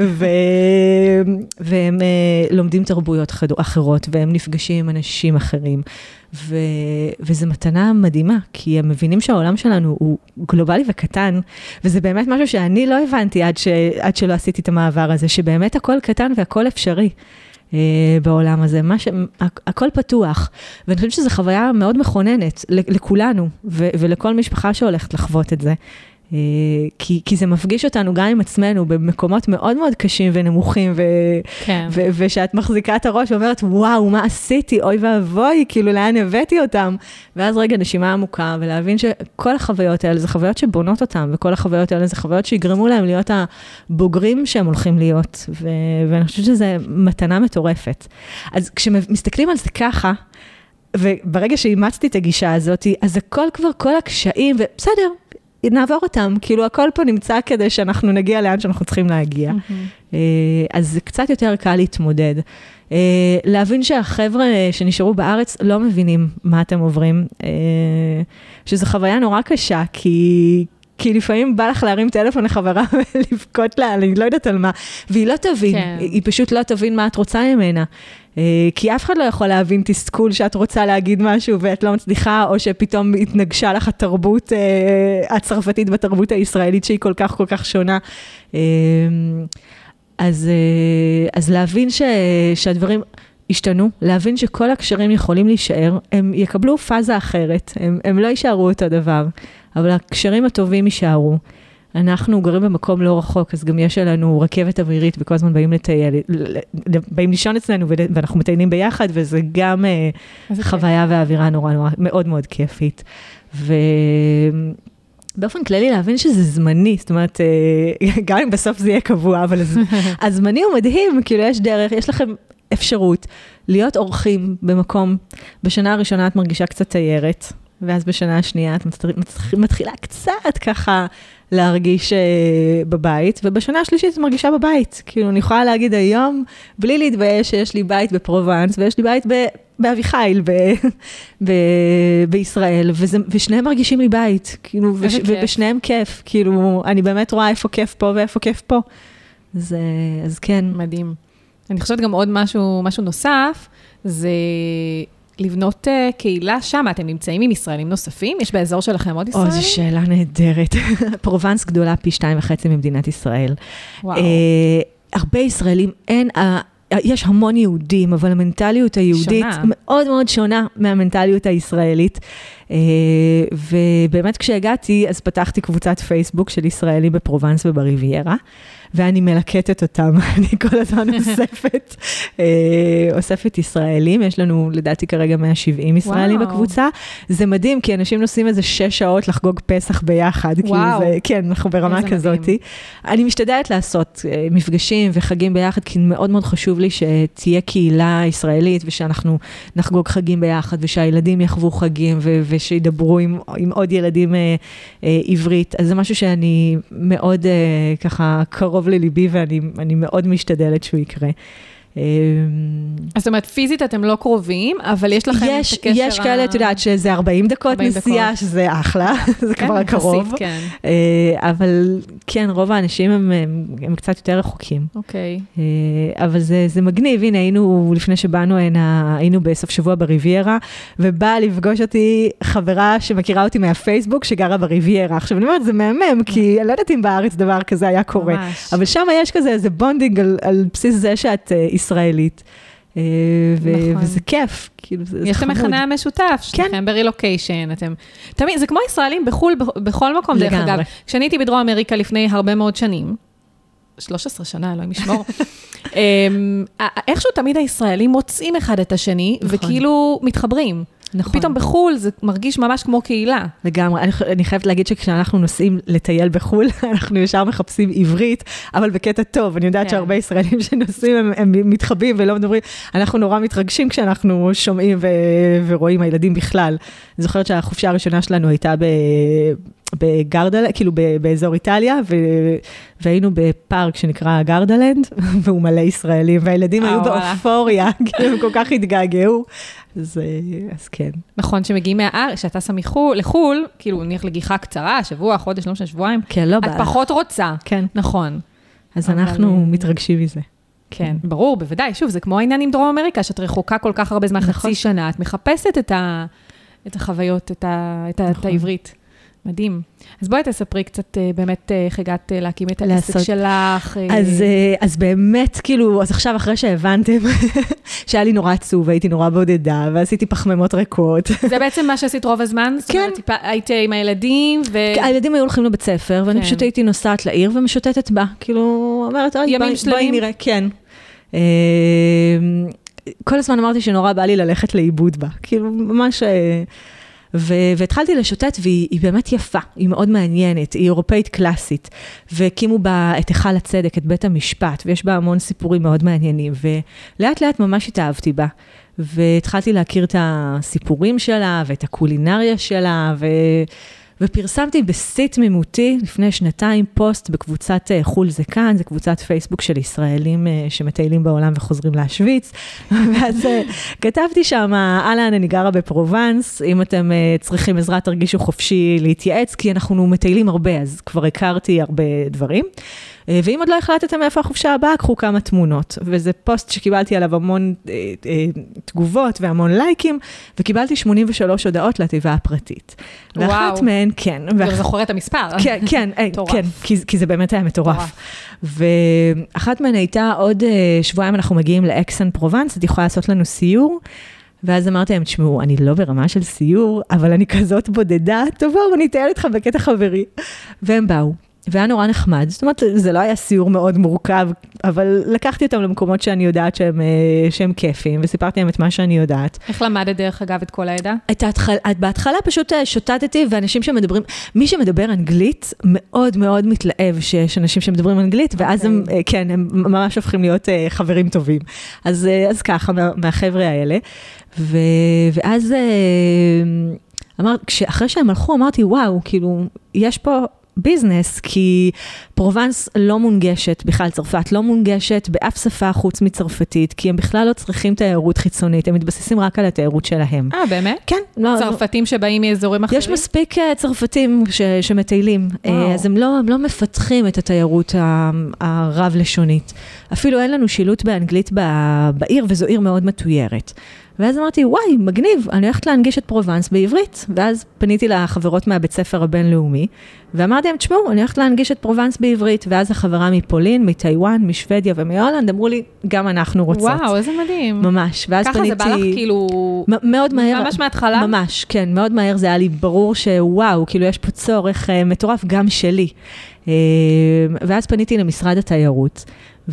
והם לומדים תרבויות אחרות, והם נפגשים עם אנשים אחרים, וזו מתנה מדהימה, כי הם מבינים שהעולם שלנו הוא גלובלי וקטן, וזה באמת משהו שאני לא הבנתי עד שלא עשיתי את המעבר הזה, שבאמת הכל קטן והכל אפשרי. בעולם הזה, הכל פתוח, ואני חושבת שזו חוויה מאוד מכוננת לכולנו, ולכל משפחה שהולכת לחוות את זה, כי זה מפגיש אותנו גם עם עצמנו, במקומות מאוד מאוד קשים ונמוכים, ושאת מחזיקה את הראש ואומרת, וואו, מה עשיתי, אוי ואבוי, כאילו לאן הבאתי אותם, ואז רגע נשימה עמוקה, ולהבין שכל החוויות האלה, זה חוויות שבונות אותם, וכל החוויות האלה זה חוויות שיגרמו להם להיות הבוגרים שהם הולכים להיות, ואני חושבת שזו מתנה מטורפת. אז כשמסתכלים על זה ככה, וברגע שאימצתי את הגישה הזאת, אז הכל כבר, כל הקשיים, ובסדר, נעבור אותם, כאילו הכל פה נמצא כדי שאנחנו נגיע לאן שאנחנו צריכים להגיע. אז זה קצת יותר קל להתמודד. להבין שהחבר'ה שנשארו בארץ לא מבינים מה אתם עוברים, שזו חוויה נורא קשה, כי לפעמים בא לך להרים טלפון לחברה ולבכות לה, אני לא יודעת על מה, והיא לא תבין, היא פשוט לא תבין מה את רוצה ממנה. כי אף אחד לא יכול להבין תסכול שאת רוצה להגיד משהו ואת לא מצליחה, או שפתאום התנגשה לך התרבות הצרפתית בתרבות הישראלית שהיא כל כך שונה. אז להבין שהדברים השתנו, להבין שכל הקשרים יכולים להישאר, הם יקבלו פאזה אחרת, הם לא יישארו אותו דבר, אבל הקשרים הטובים יישארו. אנחנו גרים במקום לא רחוק, אז גם יש לנו רכבת אווירית, וכל הזמן באים לטייל, באים לישון אצלנו, ואנחנו מטיילים ביחד, וזה גם חוויה ואווירה נורא מאוד מאוד כיפית. ובאופן כללי להבין שזה זמני, זאת אומרת, גם אם בסוף זה יהיה קבוע, אבל הזמני הוא מדהים, כאילו יש דרך, יש לכם אפשרות להיות אורחים במקום, בשנה הראשונה את מרגישה קצת תיירת, ואז בשנה השנייה את מתחילה קצת ככה להרגיש בבית, ובשנה השלישית את מרגישה בבית. כאילו אני יכולה להגיד היום, בלי להתבייש שיש לי בית בפרובנס, ויש לי בית באביחיל, בישראל, ושניהם מרגישים לי בית, כאילו, ובשניהם כיף. כאילו אני באמת רואה איפה כיף פה ואיפה כיף פה. אז כן. מדהים. אני חושבת גם עוד משהו נוסף, זה לבנות קהילה שם. אתם נמצאים עם ישראלים נוספים? יש באזור שלכם עוד ישראלים? זו שאלה נהדרת. פרובנס גדולה פי 2.5 ממדינת ישראל. וואו. הרבה ישראלים, יש המון יהודים, אבל המנטליות היהודית מאוד מאוד שונה מהמנטליות הישראלית. ובאמת כשהגעתי, אז פתחתי קבוצת פייסבוק של ישראלים בפרובנס ובריביירה, ואני מלקטת אותם, אני כל הזמן אוספת ישראלים, יש לנו לדעתי כרגע 170 ישראלים בקבוצה, זה מדהים, כי אנשים נוסעים איזה 6 שעות לחגוג פסח ביחד, כן, אנחנו ברמה כזאת. אני משתדלת לעשות מפגשים וחגים ביחד, כי מאוד מאוד חשוב לי שתהיה קהילה ישראלית, ושאנחנו נחגוג חגים ביחד, ושהילדים יחוו חגים, ושידברו עם עוד ילדים עברית, אז זה משהו שאני מאוד ככה קרוב לליבי, ואני מאוד משתדלת שהוא יקרה. אז זאת אומרת, פיזית אתם לא קרובים, אבל יש לכם את הקשר... יש כאלה, את יודעת, שזה 40 דקות נסיעה, שזה אחלה, זה כבר קרוב. אבל כן, רוב האנשים הם קצת יותר רחוקים. אוקיי. אבל זה מגניב, הנה, לפני שבאנו, היינו בסוף שבוע בריביירה, ובאה לפגוש אותי חברה שמכירה אותי מהפייסבוק, שגרה בריביירה. עכשיו, אני אומרת, זה מהמם, כי אני לא יודעת אם בארץ דבר כזה היה קורה. אבל שם יש כזה איזה בונדינג על בסיס זה שאת ישראלית, וזה כיף. יש לכם מכנה משותף, שלכם ברילוקיישן, תמיד, זה כמו ישראלים בחול, בכל מקום דרך אגב. כשאני הייתי בדרום אמריקה לפני הרבה מאוד שנים, 13 שנה, אלוהים ישמור, איכשהו תמיד הישראלים מוצאים אחד את השני, וכאילו מתחברים. נכון. פתאום בחול זה מרגיש ממש כמו קהילה. לגמרי, אני חייבת להגיד שכשאנחנו נוסעים לטייל בחול, אנחנו ישר מחפשים עברית, אבל בקטע טוב, אני יודעת שהרבה ישראלים שנוסעים, הם מתחבאים ולא מדברים, אנחנו נורא מתרגשים כשאנחנו שומעים ורואים הילדים בכלל. אני זוכרת שהחופשה הראשונה שלנו הייתה בגרדל, כאילו באזור איטליה, והיינו בפארק שנקרא גרדלנד, והוא מלא ישראלים, והילדים היו באופוריה, כי הם כל כך התגעגעו. אז כן. נכון, שמגיעים מהארץ, שאתה שם לחול, כאילו נניח לגיחה קצרה, שבוע, חודש, לא משנה, שבועיים, כן, לא את פחות רוצה. כן. נכון. אז אנחנו מתרגשים מזה. כן, ברור, בוודאי. שוב, זה כמו העניין עם דרום אמריקה, שאת רחוקה כל כך הרבה זמן, חצי שנה, את מחפשת את החוויות, את העברית. מדהים. אז בואי תספרי קצת באמת איך הגעת להקים את העסק שלך. אז באמת, כאילו, אז עכשיו אחרי שהבנתם, שהיה לי נורא עצוב, הייתי נורא בודדה, ועשיתי פחמימות ריקות. זה בעצם מה שעשית רוב הזמן? כן. זאת אומרת, היית עם הילדים הילדים היו הולכים לבית ספר, ואני פשוט הייתי נוסעת לעיר ומשוטטת בה. כאילו, אומרת, בואי נראה, כן. כל הזמן אמרתי שנורא בא לי ללכת לאיבוד בה. כאילו, ממש... והתחלתי לשוטט, והיא באמת יפה, היא מאוד מעניינת, היא אירופאית קלאסית, והקימו בה את היכל הצדק, את בית המשפט, ויש בה המון סיפורים מאוד מעניינים, ולאט לאט ממש התאהבתי בה, והתחלתי להכיר את הסיפורים שלה, ואת הקולינריה שלה, ופרסמתי בשיא תמימותי לפני שנתיים פוסט בקבוצת חול זה כאן, זה קבוצת פייסבוק של ישראלים שמטיילים בעולם וחוזרים להשוויץ, ואז כתבתי שם, אהלן, אני גרה בפרובנס, אם אתם צריכים עזרה תרגישו חופשי להתייעץ, כי אנחנו מטיילים הרבה, אז כבר הכרתי הרבה דברים. ואם עוד לא החלטתם איפה החופשה הבאה, קחו כמה תמונות. וזה פוסט שקיבלתי עליו המון תגובות והמון לייקים, וקיבלתי 83 הודעות לתיבה הפרטית. ואחת מהן, כן. גם זוכרת המספר. כן, כי זה באמת היה מטורף. ואחת מהן הייתה עוד שבועיים אנחנו מגיעים לאקסן פרובנס, את יכולה לעשות לנו סיור, ואז אמרתי להם, תשמעו, אני לא ברמה של סיור, אבל אני כזאת בודדה, טוב, אני אטייל איתך בקטע חברי. והם באו. והיה נורא נחמד, זאת אומרת, זה לא היה סיור מאוד מורכב, אבל לקחתי אותם למקומות שאני יודעת שהם כיפים, וסיפרתי להם את מה שאני יודעת. איך למדת דרך אגב את כל הידע? בהתחלה פשוט שוטטתי, ואנשים שמדברים, מי שמדבר אנגלית, מאוד מאוד מתלהב שיש אנשים שמדברים אנגלית, ואז הם, כן, הם ממש הופכים להיות חברים טובים. אז ככה, מהחבר'ה האלה. ואז אחרי שהם הלכו, אמרתי, וואו, כאילו, יש פה ביזנס, כי פרובנס לא מונגשת, בכלל צרפת לא מונגשת באף שפה חוץ מצרפתית, כי הם בכלל לא צריכים תיירות חיצונית, הם מתבססים רק על התיירות שלהם. באמת? כן. צרפתים שבאים מאזורים אחרים? יש מספיק צרפתים שמטיילים, אז הם לא מפתחים את התיירות הרב-לשונית. אפילו אין לנו שילוט באנגלית בעיר, וזו עיר מאוד מתוירת. ואז אמרתי, וואי, מגניב, אני הולכת להנגיש את פרובנס בעברית. ואז פניתי לחברות מהבית ספר הבינלאומי, ואמרתי להם, תשמעו, אני הולכת להנגיש את פרובנס בעברית. ואז החברה מפולין, מטיואן, משוודיה ומהולנד, אמרו לי, גם אנחנו רוצות. וואו, איזה מדהים. ממש. ואז ככה פניתי... זה בא לך כאילו... מאוד מהר. ממש מההתחלה? ממש, כן. מאוד מהר זה היה לי ברור שוואו, כאילו יש פה צורך מטורף גם שלי. ואז פניתי למשרד התיירות.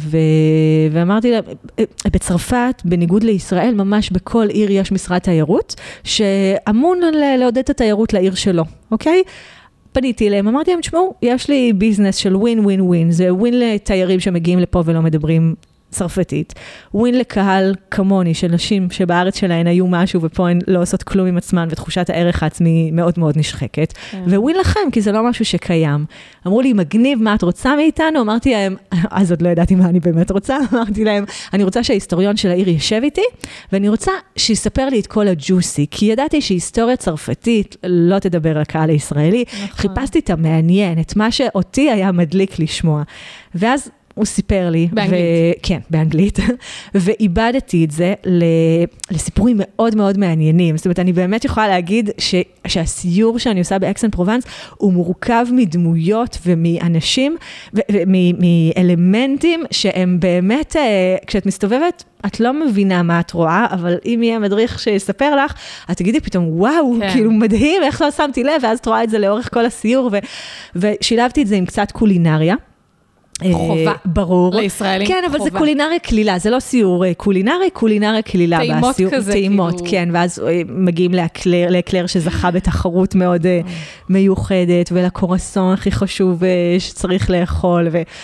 ואמרתי לה, בצרפת, בניגוד לישראל, ממש בכל עיר יש משרד תיירות, שאמון לעודד את התיירות לעיר שלו, אוקיי? פניתי אליהם, אמרתי להם, תשמעו, יש לי ביזנס של ווין ווין ווין, זה ווין לתיירים שמגיעים לפה ולא מדברים צרפתית, ווין לקהל כמוני של נשים שבארץ שלהן היו משהו ופה הן לא עושות כלום עם עצמן ותחושת הערך העצמי מאוד מאוד נשחקת, ווין לכם כי זה לא משהו שקיים. אמרו לי, מגניב, מה את רוצה מאיתנו? אמרתי להם, אז עוד לא ידעתי מה אני באמת רוצה, אמרתי להם, אני רוצה שההיסטוריון של העיר ישב איתי, ואני רוצה שיספר לי את כל הג'וסי, כי ידעתי שהיסטוריה צרפתית לא תדבר לקהל הישראלי, חיפשתי את המעניין, את מה שאותי היה מדליק לשמוע. ואז הוא סיפר לי, באנגלית. כן, באנגלית, ואיבדתי את זה לסיפורים מאוד מאוד מעניינים. זאת אומרת, אני באמת יכולה להגיד שהסיור שאני עושה באקסן פרובנס, הוא מורכב מדמויות ומאנשים, מאלמנטים שהם באמת, כשאת מסתובבת, את לא מבינה מה את רואה, אבל אם יהיה מדריך שיספר לך, את תגידי פתאום, וואו, כאילו מדהים, איך לא שמתי לב, ואז את רואה את זה לאורך כל הסיור, ושילבתי את זה עם קצת קולינריה. חובה. ברור. לישראלים כן, אבל חובה. זה קולינריה כלילה, זה לא סיור קולינרי, קולינריה כלילה. טעימות כזה. טעימות, כאילו... כן, ואז מגיעים לאקלר שזכה בתחרות מאוד מיוחדת, ולקורסון הכי חשוב שצריך לאכול,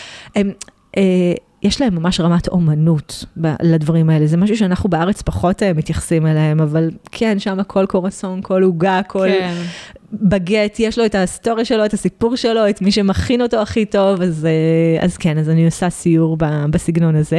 יש להם ממש רמת אומנות לדברים האלה. זה משהו שאנחנו בארץ פחות מתייחסים אליהם, אבל כן, שם כל קורסון, כל עוגה, כל בגט, יש לו את ההיסטוריה שלו, את הסיפור שלו, את מי שמכין אותו הכי טוב, אז כן, אז אני עושה סיור בסגנון הזה.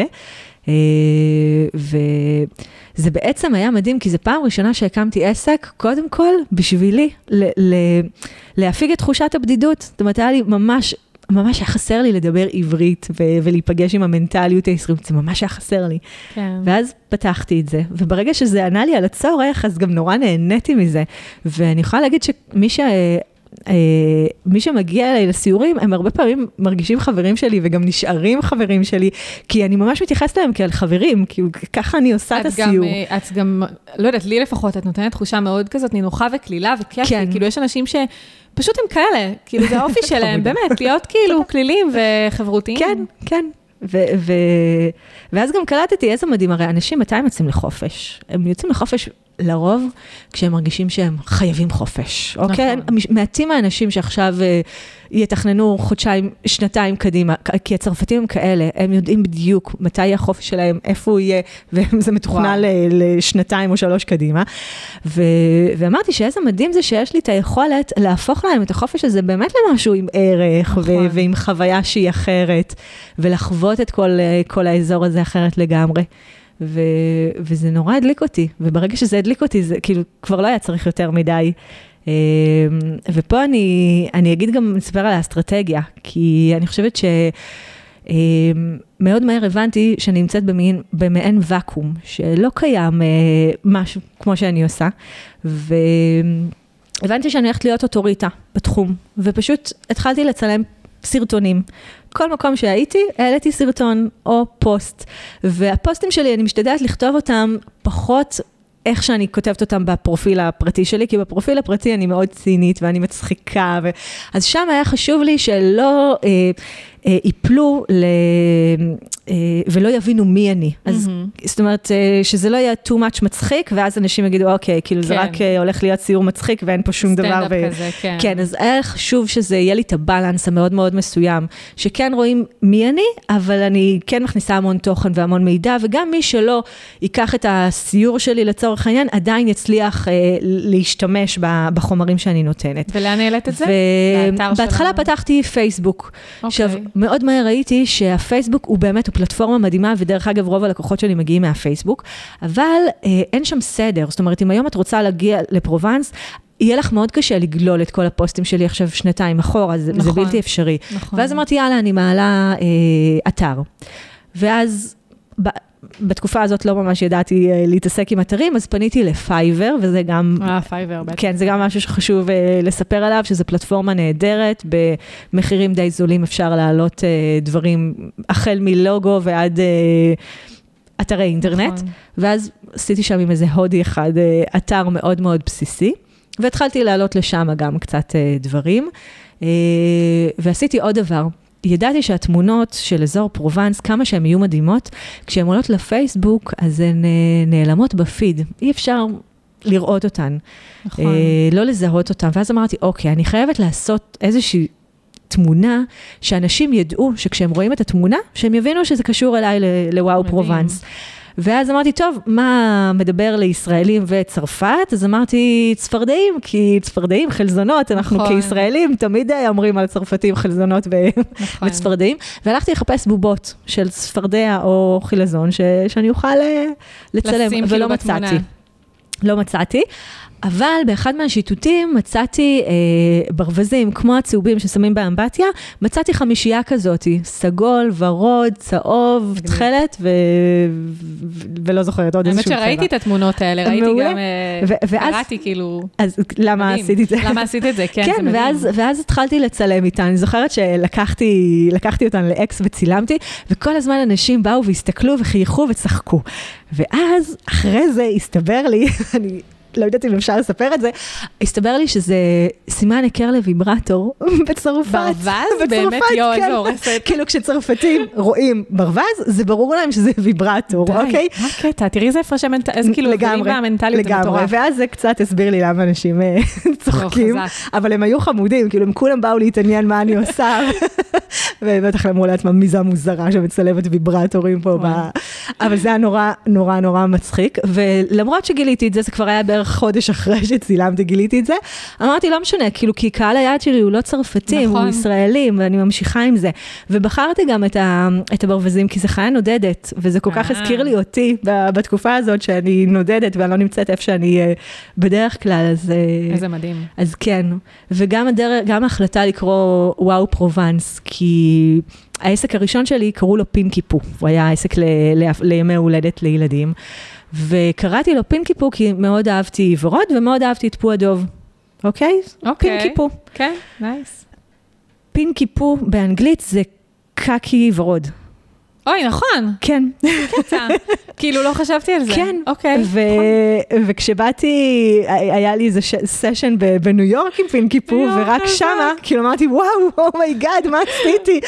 וזה בעצם היה מדהים, כי זו פעם ראשונה שהקמתי עסק, קודם כל, בשבילי, להפיג את תחושת הבדידות. זאת אומרת, היה לי ממש היה חסר לי לדבר עברית ולהיפגש עם המנטליות הישראלית, זה ממש היה חסר לי. כן. ואז פתחתי את זה, וברגע שזה ענה לי על הצורך, אז גם נורא נהניתי מזה. ואני יכולה להגיד מי שמגיע אליי לסיורים, הם הרבה פעמים מרגישים חברים שלי, וגם נשארים חברים שלי, כי אני ממש מתייחסת להם כעל חברים, כי ככה אני עושה את הסיור. את גם, לא יודעת, לי לפחות, את נותנת תחושה מאוד כזאת, נינוחה וכלילה וכיף, כאילו יש אנשים פשוט הם כאלה, כאילו זה האופי שלהם, באמת, להיות כאילו כלילים וחברותיים. כן, כן. ואז גם קלטתי איזה מדהים, הרי אנשים מתי הם יוצאים לחופש? הם יוצאים לחופש לרוב כשהם מרגישים שהם חייבים חופש, אוקיי? מעטים האנשים שעכשיו יתכננו חודשיים, שנתיים קדימה, כי הצרפתים הם כאלה, הם יודעים בדיוק מתי יהיה החופש שלהם, איפה הוא יהיה, וזה מתוכנן לשנתיים או 3 קדימה. ואמרתי שאיזה מדהים זה שיש לי את היכולת להפוך להם את החופש הזה באמת למשהו עם ערך, ועם חוויה שהיא אחרת, ולחוות את כל האזור הזה אחרת לגמרי. וזה נורא הדליק אותי, וברגע שזה הדליק אותי, זה כאילו כבר לא היה צריך יותר מדי. ופה אני אגיד גם, נספר על האסטרטגיה, כי אני חושבת שמאוד מהר הבנתי שאני נמצאת במעין וקום, שלא קיים משהו כמו שאני עושה, והבנתי שאני הולכת להיות אוטוריטה בתחום, ופשוט התחלתי לצלם סרטונים. כל מקום שהייתי, העליתי סרטון או פוסט, והפוסטים שלי, אני משתדלת לכתוב אותם פחות איך שאני כותבת אותם בפרופיל הפרטי שלי, כי בפרופיל הפרטי אני מאוד צינית ואני מצחיקה, אז שם היה חשוב לי שלא ייפלו ולא יבינו מי אני. אז זאת אומרת, שזה לא יהיה too much מצחיק, ואז אנשים יגידו, אוקיי, כאילו זה רק הולך להיות סיור מצחיק, ואין פה שום דבר. סטנדאפ כזה, כן. כן, אז היה חשוב שזה יהיה לי את הבלנס המאוד מאוד מסוים, שכן רואים מי אני, אבל אני כן מכניסה המון תוכן והמון מידע, וגם מי שלא ייקח את הסיור שלי לצורך העניין, עדיין יצליח להשתמש בחומרים שאני נותנת. ולאן העלית את זה? בהתחלה פתחתי פייסבוק. עכשיו, מאוד מהר ראיתי שהפייסבוק הוא באמת, הוא פלטפורמה מדהימה, ודרך אגב רוב הלקוחות שלי מגיעים מהפייסבוק, אבל אין שם סדר. זאת אומרת, אם היום את רוצה להגיע לפרובנס, יהיה לך מאוד קשה לגלול את כל הפוסטים שלי עכשיו 2 אחורה, זה בלתי אפשרי. ואז אמרתי, יאללה, אני מעלה אתר. ואז בתקופה הזאת לא ממש ידעתי להתעסק עם אתרים, אז פניתי לפייבר, וזה גם... פייבר, בטח. כן, זה גם משהו שחשוב לספר עליו, שזו פלטפורמה נהדרת, במחירים די זולים אפשר להעלות דברים, החל מלוגו ועד אתרי אינטרנט, ואז עשיתי שם עם איזה הודי אחד, אתר מאוד מאוד בסיסי, והתחלתי להעלות לשם גם קצת דברים, ועשיתי עוד דבר, ידעתי שהתמונות של אזור פרובנס, כמה שהן יהיו מדהימות, כשהן עולות לפייסבוק, אז הן נעלמות בפיד. אי אפשר לראות אותן. נכון. לא לזהות אותן. ואז אמרתי, אוקיי, אני חייבת לעשות איזושהי תמונה, שאנשים ידעו שכשהם רואים את התמונה, שהם יבינו שזה קשור אליי לוואו פרובנס. ואז אמרתי, טוב, מה מדבר לישראלים וצרפת? אז אמרתי, צפרדעים, כי צפרדעים, חלזונות, אנחנו כישראלים תמיד אומרים על צרפתים, חלזונות וצפרדעים, והלכתי לחפש בובות של צפרדע או חילזון, שאני אוכל לצלם, ולא מצאתי. לא מצאתי. אבל באחד מהשיטוטים מצאתי ברווזים, כמו הצהובים ששמים באמבטיה, מצאתי 5 כזאת, סגול, ורוד, צהוב, תכלת, ולא זוכרת עוד איזשהו צבע. האמת שראיתי את התמונות האלה, ראיתי גם, קראתי כאילו... אז למה עשיתי את זה? למה עשית את זה? כן, זה מדהים. ואז התחלתי לצלם איתן, אני זוכרת שלקחתי אותן לאקס וצילמתי, וכל הזמן אנשים באו והסתכלו וחייכו וצחקו. ואז אחרי זה הסתבר לי, אני לא יודעת אם אפשר לספר את זה, הסתבר לי שזה סימן היכר לויברטור בצרפת. ברווז? באמת יו, איזה הורסת. כאילו כשצרפתים רואים ברווז, זה ברור להם שזה ויברטור, אוקיי? מה קטע? תראי איזה הפרשה מנטלית, אז כאילו, לגמרי, והמנטליות המטורף. ואז זה קצת הסביר לי למה אנשים צוחקים, אבל הם היו חמודים, כאילו הם כולם באו להתעניין מה אני עושה, ובטח אמרו לעצמם מי זו המוזרה שמצלבת ויברטורים פה, אבל זה היה נורא נורא נורא מצחיק, ולמרות שגיליתי את זה, זה כבר היה בערך חודש אחרי שצילמתי, גיליתי את זה, אמרתי לא משנה, כאילו כי קהל היעד שלי הוא לא צרפתים, הוא ישראלים, ואני ממשיכה עם זה, ובחרתי גם את הברווזים, כי זה חיה נודדת, וזה כל כך הזכיר לי אותי בתקופה הזאת, שאני נודדת, ואני לא נמצאת איפה שאני בדרך כלל, אז... איזה מדהים. אז כן, וגם ההחלטה לקרוא וואו פרובנס, כי העסק הראשון שלי קראו לו פינקי פו, הוא היה עסק לימי הולדת לילדים, וקראתי לו פינקי פו כי מאוד אהבתי ורוד, ומאוד אהבתי את פו הדוב. אוקיי? פינקי פו. כן, נייס. פינקי פו באנגלית זה קקי ורוד. אוי, נכון. כן. קטע. כאילו לא חשבתי על זה. כן. אוקיי. וכשבאתי, היה לי איזה סשן בניו יורק עם פינקי פו, ורק שמה, כאילו אמרתי, וואו, אומייגאד, מה עשיתי?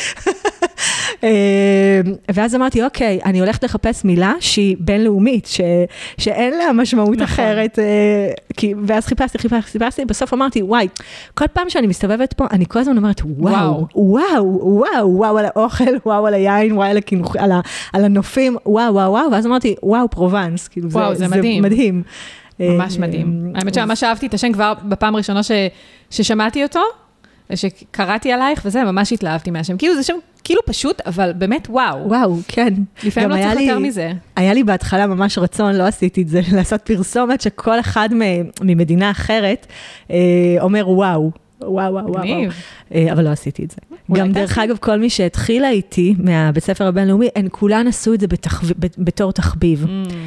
ואז אמרתי, אוקיי, אני הולכת לחפש מילה שהיא בינלאומית, שאין לה משמעות אחרת, ואז חיפשתי, בסוף אמרתי, וואי, כל פעם שאני מסתובבת פה, אני כל הזמן אומרת, וואו, וואו, וואו, וואו על האוכל, וואו על היין, וואו על הקינוח, על הנופים, וואו, וואו, וואו, ואז אמרתי, וואו, פרובנס, כאילו זה מדהים. ממש מדהים. האמת שממש אהבתי את השם כבר בפעם הראשונה ששמעתי אותו, שקראתי עלייך, וזה, ממש התלהבתי מהשם. כאילו זה שם, כאילו פשוט, אבל באמת וואו. וואו, כן. לפעמים לא צריך יותר מזה. היה לי בהתחלה ממש רצון, לא עשיתי את זה, לעשות פרסומת שכל אחד ממדינה אחרת אומר וואו. וואו, וואו, וואו. אבל לא עשיתי את זה. גם דרך אגב, כל מי שהתחילה איתי מהבית ספר הבינלאומי, הן כולן עשו את זה בתור תחביב.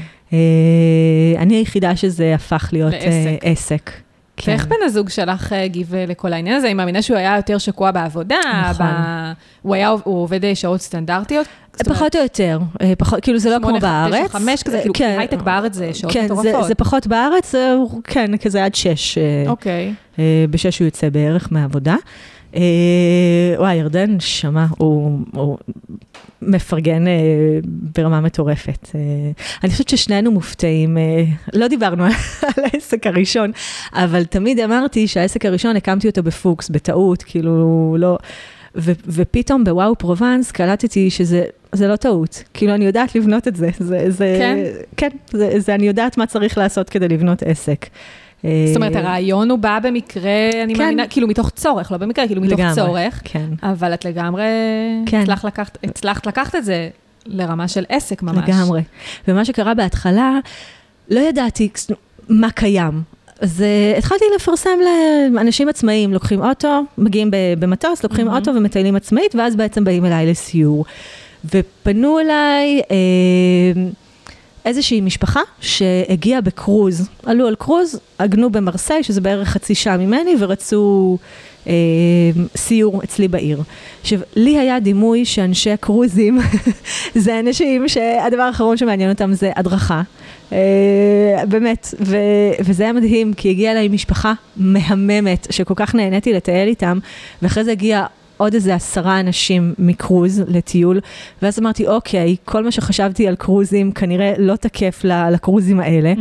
אני היחידה שזה הפך להיות עסק. ואיך בן הזוג שלך גיב לכל העניין הזה? אני מאמינה שהוא היה יותר שקוע בעבודה, הוא עובד שעות סטנדרטיות? פחות או יותר, כאילו זה לא כמו בארץ. 5 כזה, כאילו הייטק בארץ זה שעות מטורפות. כן, זה פחות בארץ, כן, כזה עד 6. אוקיי. ב6 הוא יוצא בערך מהעבודה. וואי, ירדן שמע, הוא מפרגן ברמה מטורפת. אני חושבת ששנינו מופתעים, לא דיברנו על העסק הראשון, אבל תמיד אמרתי שהעסק הראשון הקמתי אותו בפוקס, בטעות, כאילו לא... ופתאום בוואו פרובנס קלטתי שזה לא טעות, כאילו אני יודעת לבנות את זה, כן, אני יודעת מה צריך לעשות כדי לבנות עסק. זאת אומרת, הרעיון הוא בא במקרה, אני מאמינה, כאילו מתוך צורך, לא במקרה, כאילו מתוך צורך, אבל את לגמרי הצלחת לקחת את זה לרמה של עסק ממש. לגמרי. ומה שקרה בהתחלה, לא ידעתי מה קיים. אז התחלתי לפרסם לאנשים עצמאיים, לוקחים אוטו, מגיעים במטוס, לוקחים אוטו ומטיילים עצמאית, ואז בעצם באים אליי לסיור. ופנו אליי איזושהי משפחה שהגיעה בקרוז, עלו על קרוז, עגנו במרסיי, שזה בערך חצי שעה ממני, ורצו סיור אצלי בעיר. עכשיו, לי היה דימוי שאנשי הקרוזים, זה אנשים שהדבר האחרון שמעניין אותם זה הדרכה. באמת, וזה היה מדהים, כי הגיעה אליי משפחה מהממת, שכל כך נהניתי לטייל איתם, ואחרי זה הגיע עוד איזה 10 אנשים מקרוז לטיול, ואז אמרתי, אוקיי, כל מה שחשבתי על קרוזים, כנראה לא תקף לקרוזים האלה,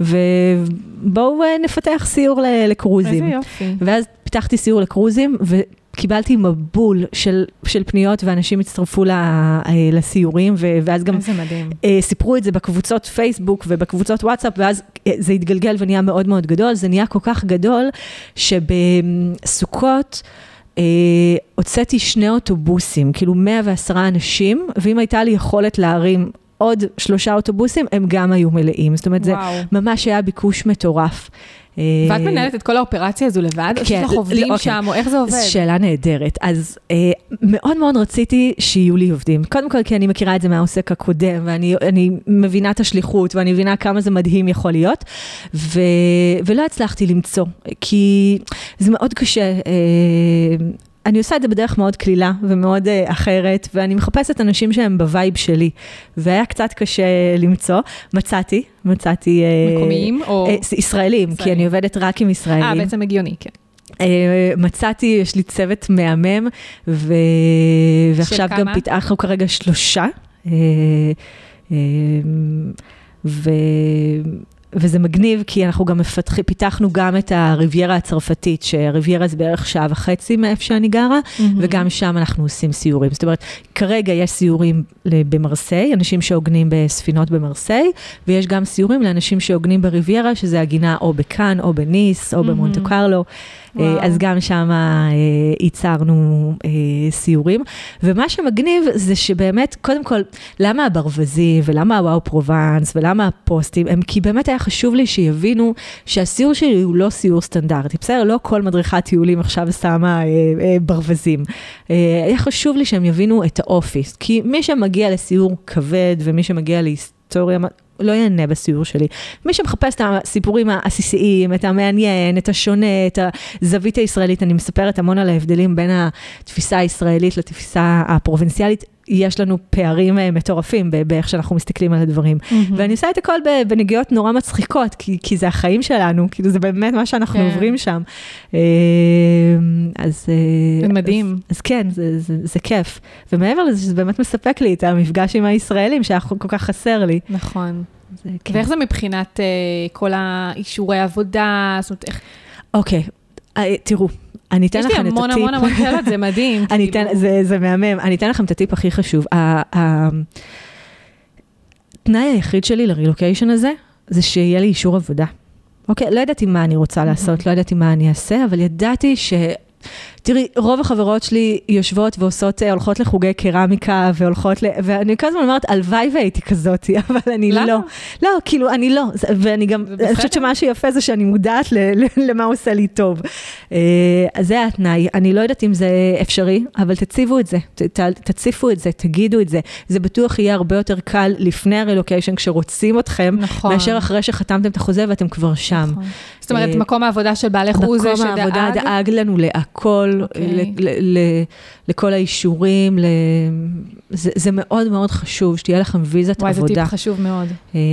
ובואו נפתח סיור לקרוזים. איזה יופי. ואז פיתחתי סיור לקרוזים, קיבלתי מבול של פניות, ואנשים הצטרפו לסיורים, ואז גם סיפרו את זה בקבוצות פייסבוק, ובקבוצות וואטסאפ, ואז זה התגלגל ונהיה מאוד מאוד גדול, זה נהיה כל כך גדול, שבסוכות, הוצאתי 2 אוטובוסים, כאילו 110 אנשים, ואם הייתה לי יכולת להרים עוד 3 אוטובוסים, הם גם היו מלאים. זאת אומרת, זה ממש היה ביקוש מטורף. ואת מנהלת את כל האופרציה הזו לבד? או שיש לך עובדים שם, או איך זה עובד? שאלה נהדרת. אז מאוד מאוד רציתי שיהיו לי עובדים. קודם כל, כי אני מכירה את זה מהעוסק הקודם, ואני מבינה את השליחות, ואני מבינה כמה זה מדהים יכול להיות, ולא הצלחתי למצוא, כי זה מאוד קשה. אני עושה את זה בדרך מאוד כלילה ומאוד אחרת, ואני מחפשת אנשים שהם בווייב שלי, והיה קצת קשה למצוא. מצאתי. מקומיים או? ישראלים, כי אני עובדת רק עם ישראלים. בעצם הגיוני, כן. מצאתי, יש לי צוות מהמם, ועכשיו גם פיתחנו כרגע 3, וזה מגניב, כי אנחנו גם פיתחנו גם את הריביירה הצרפתית, שהריביירה זה בערך 1.5 שעה מאיפה שאני גרה, וגם שם אנחנו עושים סיורים. זאת אומרת, כרגע יש סיורים במרסיי, אנשים שעוגנים בספינות במרסיי, ויש גם סיורים לאנשים שעוגנים בריביירה, שזה הגינה או בקאן, או בניס, או במונטו קרלו. אז גם שם ייצרנו סיורים, ומה שמגניב זה שבאמת, קודם כל, למה הברווזים, ולמה הוואו פרובנס, ולמה הפוסטים, כי באמת היה חשוב לי שיבינו שהסיור שלי הוא לא סיור סטנדרטי, בסדר? לא כל מדריכת טיולים עכשיו שמה ברווזים. היה חשוב לי שהם יבינו את האופיס, כי מי שמגיע לסיור כבד, ומי שמגיע להיסטוריה, לא יענה בסיור שלי. מי שמחפש את הסיפורים העסיסיים, את המעניין, את השונה, את הזווית הישראלית, אני מספרת המון על ההבדלים בין התפיסה הישראלית לתפיסה הפרובינציאלית, יש לנו פערים מטורפים באיך שאנחנו מסתכלים על הדברים. ואני עושה את הכל בנגיעות נורא מצחיקות, כי זה החיים שלנו, כאילו זה באמת מה שאנחנו עוברים שם. אז מדהים. אז כן, זה כיף. ומעבר לזה, זה באמת מספק לי את המפגש עם הישראלים, שכל כך חסר לי. נכון. ואיך זה מבחינת כל האישורי העבודה? אוקיי, תראו. אני אתן לכם את הטיפ. יש לי המון שאלות, זה מדהים. זה מהמם. אני אתן לכם את הטיפ הכי חשוב. התנאי היחיד שלי לרילוקיישן הזה, זה שיהיה לי אישור עבודה. אוקיי? לא ידעתי מה אני רוצה לעשות, לא ידעתי מה אני אעשה, אבל ידעתי תראי, רוב החברות שלי יושבות ועושות, הולכות לחוגי קרמיקה, ואני כל הזמן אומרת, הלוואי והייתי כזאת, אבל אני לא. לא, כאילו, אני לא. ואני גם, אני חושבת שמה שיפה זה שאני מודעת למה עושה לי טוב. אז זה התנאי. אני לא יודעת אם זה אפשרי, אבל תציבו את זה, תציפו את זה, תגידו את זה. זה בטוח יהיה הרבה יותר קל לפני הרילוקיישן, כשרוצים אתכם, מאשר אחרי שחתמתם את החוזה ואתם כבר שם. זאת אומרת, מקום העבודה של בעלך הוא זה שדאג? מקום העבודה דאג לנו להכל, לכל האישורים, זה מאוד מאוד חשוב, שתהיה לכם ויזת עבודה. וואי, זה טיפ חשוב מאוד.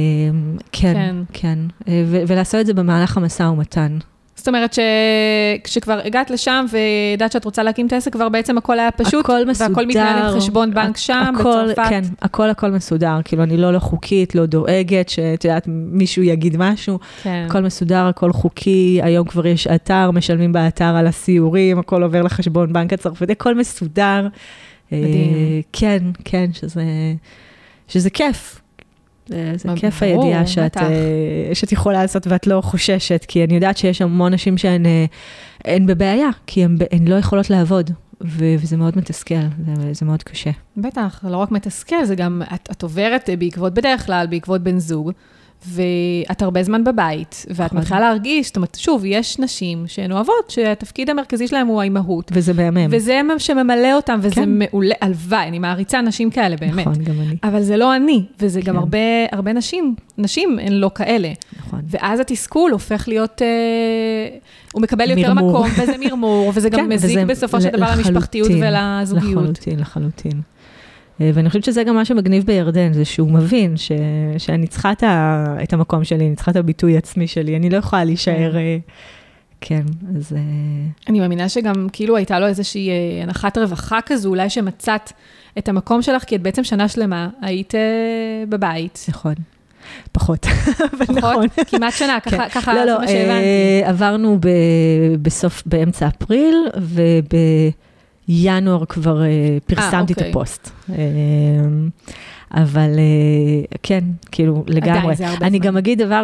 כן, ולעשות את זה במהלך המשא ומתן. זאת אומרת שכשכבר הגעת לשם וידעת שאת רוצה להקים את העסק, כבר בעצם הכל היה פשוט, הכל מסודר, והכל מתנהל עם חשבון בנק שם, בצרפת. כן, הכל מסודר, כאילו אני לא חוקית, לא דואגת, שאת יודעת, מישהו יגיד משהו, הכל מסודר, הכל חוקי, היום כבר יש אתר, משלמים באתר על הסיורים, הכל עובר לחשבון בנק הצרפתי, הכל מסודר. מדהים. כן, שזה כיף. זה כיף הידיעה שאת יכולה לעשות ואת לא חוששת, כי אני יודעת שיש המון נשים שהן בבעיה, כי הן לא יכולות לעבוד, וזה מאוד מתסכל, זה מאוד קשה. בטח, לא רק מתסכל, זה גם, את עוברת בדרך כלל, בעקבות בן זוג, ואת הרבה זמן בבית, ואת מתחילה להרגיש, זאת אומרת, שוב, יש נשים שהן אוהבות, שהתפקיד המרכזי שלהם הוא האימהות. וזה מהמם. וזה מה שממלא אותם, וזה מעולה, הלוואי, אני מעריצה נשים כאלה, באמת. נכון, גם אני. אבל זה לא אני, וזה גם הרבה נשים הן לא כאלה. נכון. ואז התסכול הופך להיות, הוא מקבל יותר מקום, וזה מרמור, וזה גם מזיק בסופו של דבר למשפחתיות ולזוגיות. לחלוטין. ואני חושבת שזה גם מה שמגניב בירדן, זה שהוא מבין שאני צריכה את המקום שלי, אני צריכה את הביטוי עצמי שלי, אני לא יכולה להישאר, כן, אז... אני מאמינה שגם כאילו הייתה לו איזושהי הנחת רווחה כזו, אולי שמצאת את המקום שלך, כי את בעצם שנה שלמה היית בבית. נכון. פחות, אבל נכון. כמעט שנה, ככה זה מה שהבנתי. עברנו באמצע אפריל, ינואר כבר פרסמתי את הפוסט. אבל כן, כאילו לגמרי. אני גם אגיד דבר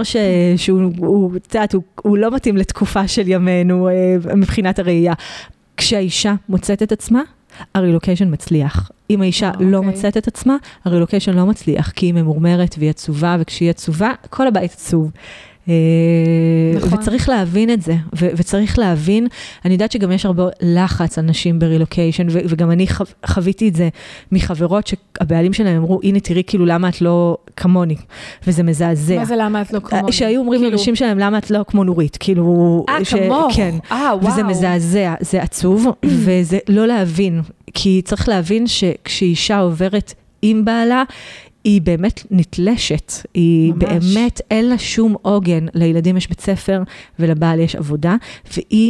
שהוא לא מתאים לתקופה של ימינו מבחינת הראייה. כשהאישה מוצאת את עצמה, הרילוקיישן מצליח. אם האישה לא מוצאת את עצמה, הרילוקיישן לא מצליח, כי היא ממורמרת והיא עצובה, וכשהיא עצובה, כל הבית עצוב. נכון. וצריך להבין את זה, וצריך להבין, אני יודעת שגם יש הרבה לחץ על נשים ברילוקיישן, וגם אני חוויתי את זה מחברות שהבעלים שלהם אמרו, הנה תראי כאילו למה את לא כמוני, וזה מזעזע. מה זה למה את לא כמוני? שהיו אומרים לנשים שלהם למה את לא כמו נורית, כאילו... כמוך. כן, וזה מזעזע, זה עצוב, וזה לא להבין, כי צריך להבין שכשאישה עוברת עם בעלה, היא באמת נתלשת, היא ממש. באמת אין לה שום עוגן, לילדים יש בית ספר ולבעל יש עבודה, והיא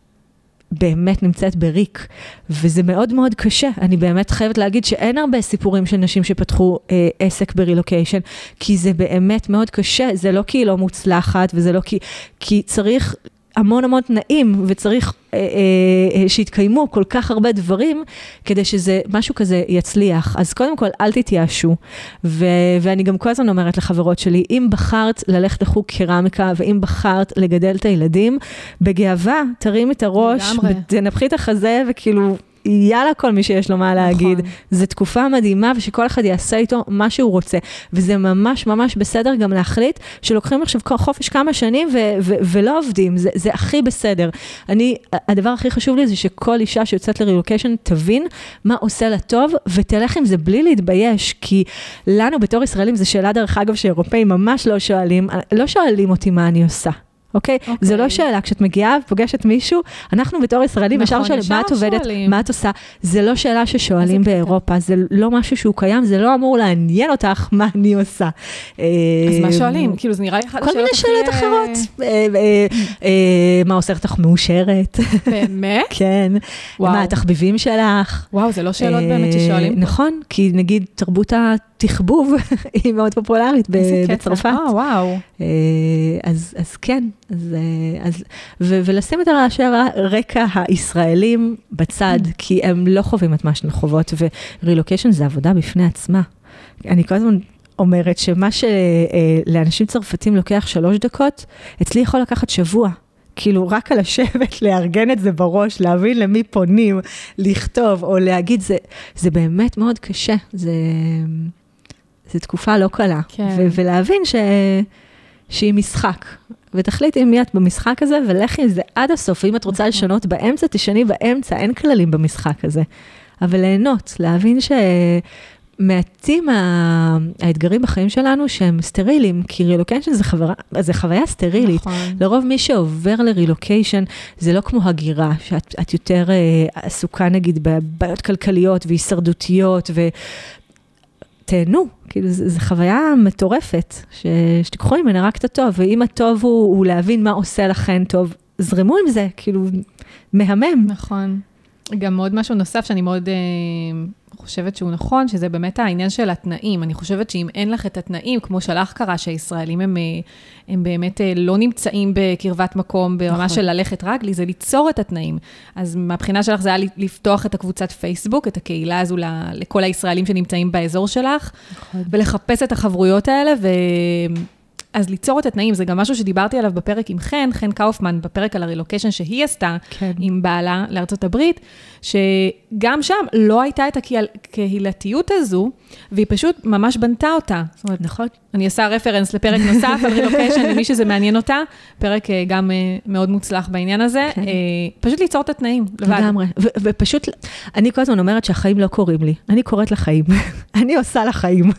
באמת נמצאת בריק, וזה מאוד מאוד קשה. אני באמת חייבת להגיד שאין הרבה סיפורים של נשים שפתחו עסק ברילוקיישן, כי זה באמת מאוד קשה, זה לא כי היא לא מוצלחת, וזה לא כי צריך המון המון תנאים, וצריך שיתקיימו כל כך הרבה דברים, כדי שזה משהו כזה יצליח. אז קודם כל, אל תתייאשו. ואני גם כל הזמן אומרת לחברות שלי, אם בחרת ללכת לחוג קרמיקה, ואם בחרת לגדל את הילדים, בגאווה, תרים את הראש, תנפחי את החזה, וכאילו... יאללה כל מי שיש לו מה להגיד, זו תקופה מדהימה ושכל אחד יעשה איתו מה שהוא רוצה, וזה ממש ממש בסדר גם להחליט שלוקחים עכשיו חופש כמה שנים ולא עובדים, זה הכי בסדר. הדבר הכי חשוב לי זה שכל אישה שיוצאת לרילוקיישן תבין מה עושה לה טוב ותלך עם זה בלי להתבייש, כי לנו בתור ישראלים זה שאלה דרך אגב שאירופאים ממש לא שואלים אותי מה אני עושה. אוקיי? זה לא שאלה, כשאת מגיעה ופוגשת מישהו, אנחנו בתור ישראלים, ישר שואלים, מה את עובדת, מה את עושה? זה לא שאלה ששואלים באירופה, זה לא משהו שהוא קיים, זה לא אמור לעניין אותך מה אני עושה. אז מה שואלים? כאילו, זה נראה לי כל מיני שאלות אחרות. מה עושה אותך מאושרת? באמת? כן. מה התחביבים שלך? וואו, זה לא שאלות באמת ששואלים. נכון, כי נגיד תרבות התחבוב היא מאוד פופולרית בצרפת. וואו. אז כן, ולשים את הרעשי הרקע הישראלים בצד, כי הם לא חווים את מה שהן חוות, ורילוקיישן זה עבודה בפני עצמה. אני כל הזמן אומרת שמה שלאנשים צרפתים לוקח 3 דקות, אצלי יכול לקחת שבוע. כאילו רק על לשבת, לארגן את זה בראש, להבין למי פונים, לכתוב או להגיד, זה באמת מאוד קשה. זה תקופה לא קלה. כן. ולהבין שהיא משחק. ותחליטי מי את במשחק הזה, ולכי זה עד הסוף. ואם את רוצה לשנות באמצע, תשני באמצע. אין כללים במשחק הזה. אבל ליהנות, להבין מעטים האתגרים בחיים שלנו שהם סטרילים, כי רילוקיישן זה חוויה סטרילית. נכון. לרוב מי שעובר לרילוקיישן, זה לא כמו הגירה, שאת יותר עסוקה נגיד בבעיות כלכליות והישרדותיות, תהנו, כאילו זו חוויה מטורפת, שתיקחו ממנה רק את הטוב, ואם הטוב הוא להבין מה עושה לכן טוב, זרמו עם זה, כאילו מהמם. נכון. גם עוד משהו נוסף שאני מאוד חושבת שהוא נכון, שזה באמת העניין של התנאים. אני חושבת שאם אין לך את התנאים, כמו שלך קרה, שהישראלים הם באמת לא נמצאים בקרבת מקום, ברמה של ללכת רגלי, זה ליצור את התנאים. אז מהבחינה שלך זה היה לפתוח את הקבוצת פייסבוק, את הקהילה הזו לכל הישראלים שנמצאים באזור שלך, ולחפש את החברויות האלה, אז ליצור את התנאים, זה גם משהו שדיברתי עליו בפרק עם חן קאופמן, בפרק על הרילוקיישן שהיא עשתה, עם בעלה לארצות הברית, שגם שם לא הייתה את הקהילתיות הזו, והיא פשוט ממש בנתה אותה. זאת אומרת, נכון. אני אעשה רפרנס לפרק נוסף על רילוקיישן, למי שזה מעניין אותה, פרק גם מאוד מוצלח בעניין הזה, פשוט ליצור את התנאים. לגמרי, ופשוט, אני כל הזמן אומרת שהחיים לא קוראים לי, אני קוראת לחיים, אני עושה לחיים.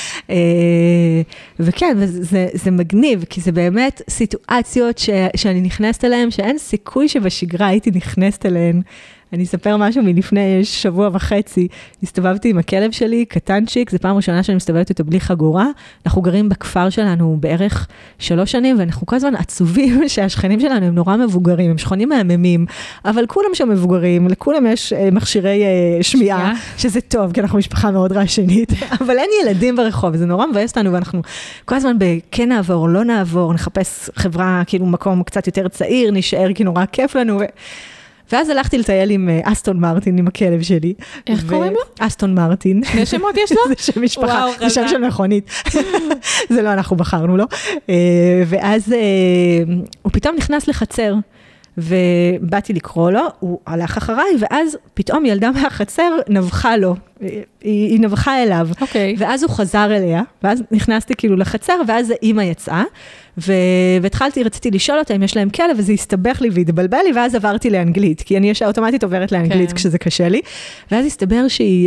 וכן, זה מגניב, כי זה באמת סיטואציות שאני נכנסת אליהן, שאין סיכוי שבשגרה הייתי נכנסת אליהן. אני אספר משהו מלפני שבוע וחצי, הסתובבתי עם הכלב שלי, קטנצ'יק, זו פעם ראשונה שאני מסתובבת איתו בלי חגורה, אנחנו גרים בכפר שלנו בערך 3 שנים, ואנחנו כל הזמן עצובים שהשכנים שלנו הם נורא מבוגרים, הם שכנים מהממים, אבל כולם שם מבוגרים, לכולם יש מכשירי שמיעה, שזה טוב, כי אנחנו משפחה מאוד רעשנית, אבל אין ילדים ברחוב, זה נורא מבאס לנו, ואנחנו כל הזמן כן נעבור, לא נעבור, נחפש חברה, כאילו מקום קצת יותר צעיר, נשאר כי נורא כיף לנו, ואז הלכתי לטייל עם אסטון מרטין, עם הכלב שלי. איך קוראים לו? אסטון מרטין. שני שמות יש לו? זה שם משפחה, זה שם של מכונית. זה לא, אנחנו בחרנו לו. ואז הוא פתאום נכנס לחצר, ובאתי לקרוא לו, הוא הלך אחריי, ואז פתאום ילדה מהחצר נבחה לו. היא נבחה אליו. אוקיי. ואז הוא חזר אליה, ואז נכנסתי כאילו לחצר, ואז האמא יצאה, רציתי לשאול אותה אם יש להם כלב, וזה הסתבך לי והתבלבל לי, ואז עברתי לאנגלית, כי אני ישר אוטומטית עוברת לאנגלית כשזה קשה לי, ואז הסתבר שהיא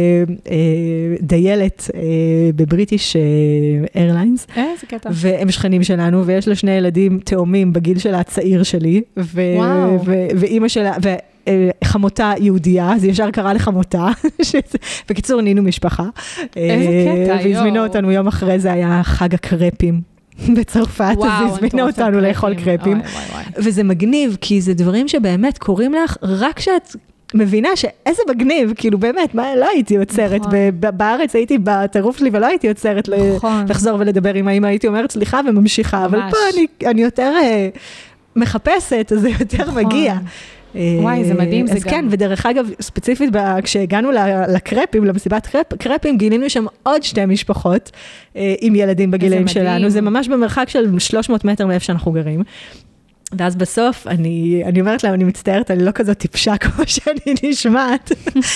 דיילת בבריטיש איירליינס, איזה קטע. והם שכנים שלנו, ויש לה 2 ילדים תאומים בגיל שלה הצעיר שלי, ואימא שלה, חמותה יהודייה, זה ישר קרה לחמותה, בקיצור נינו משפחה. איזה קטע, והזמינו אותנו יום אחרי זה היה חג הקרפים בצרפת, אז הזמינו אותנו לאכול קרפים. וזה מגניב, כי זה דברים שבאמת קורים לך, רק שאת מבינה שאיזה מגניב, כאילו באמת, מה, לא הייתי יוצרת, בארץ הייתי בטירוף שלי, ולא הייתי יוצרת לחזור ולדבר עם האמא, הייתי אומרת סליחה וממשיכה, אבל פה אני יותר מחפשת, אז זה יותר מגיע. וואי, זה מדהים, זה גם. אז כן, ודרך אגב, ספציפית, כשהגענו לקרפים, למסיבת קרפים, גילינו שם עוד 2 משפחות עם ילדים בגילאים שלנו, זה ממש במרחק של 300 מטר מאיפה שאנחנו גרים. ואז בסוף, אני אומרת להם, אני מצטערת, אני לא כזאת טיפשה כמו שאני נשמעת.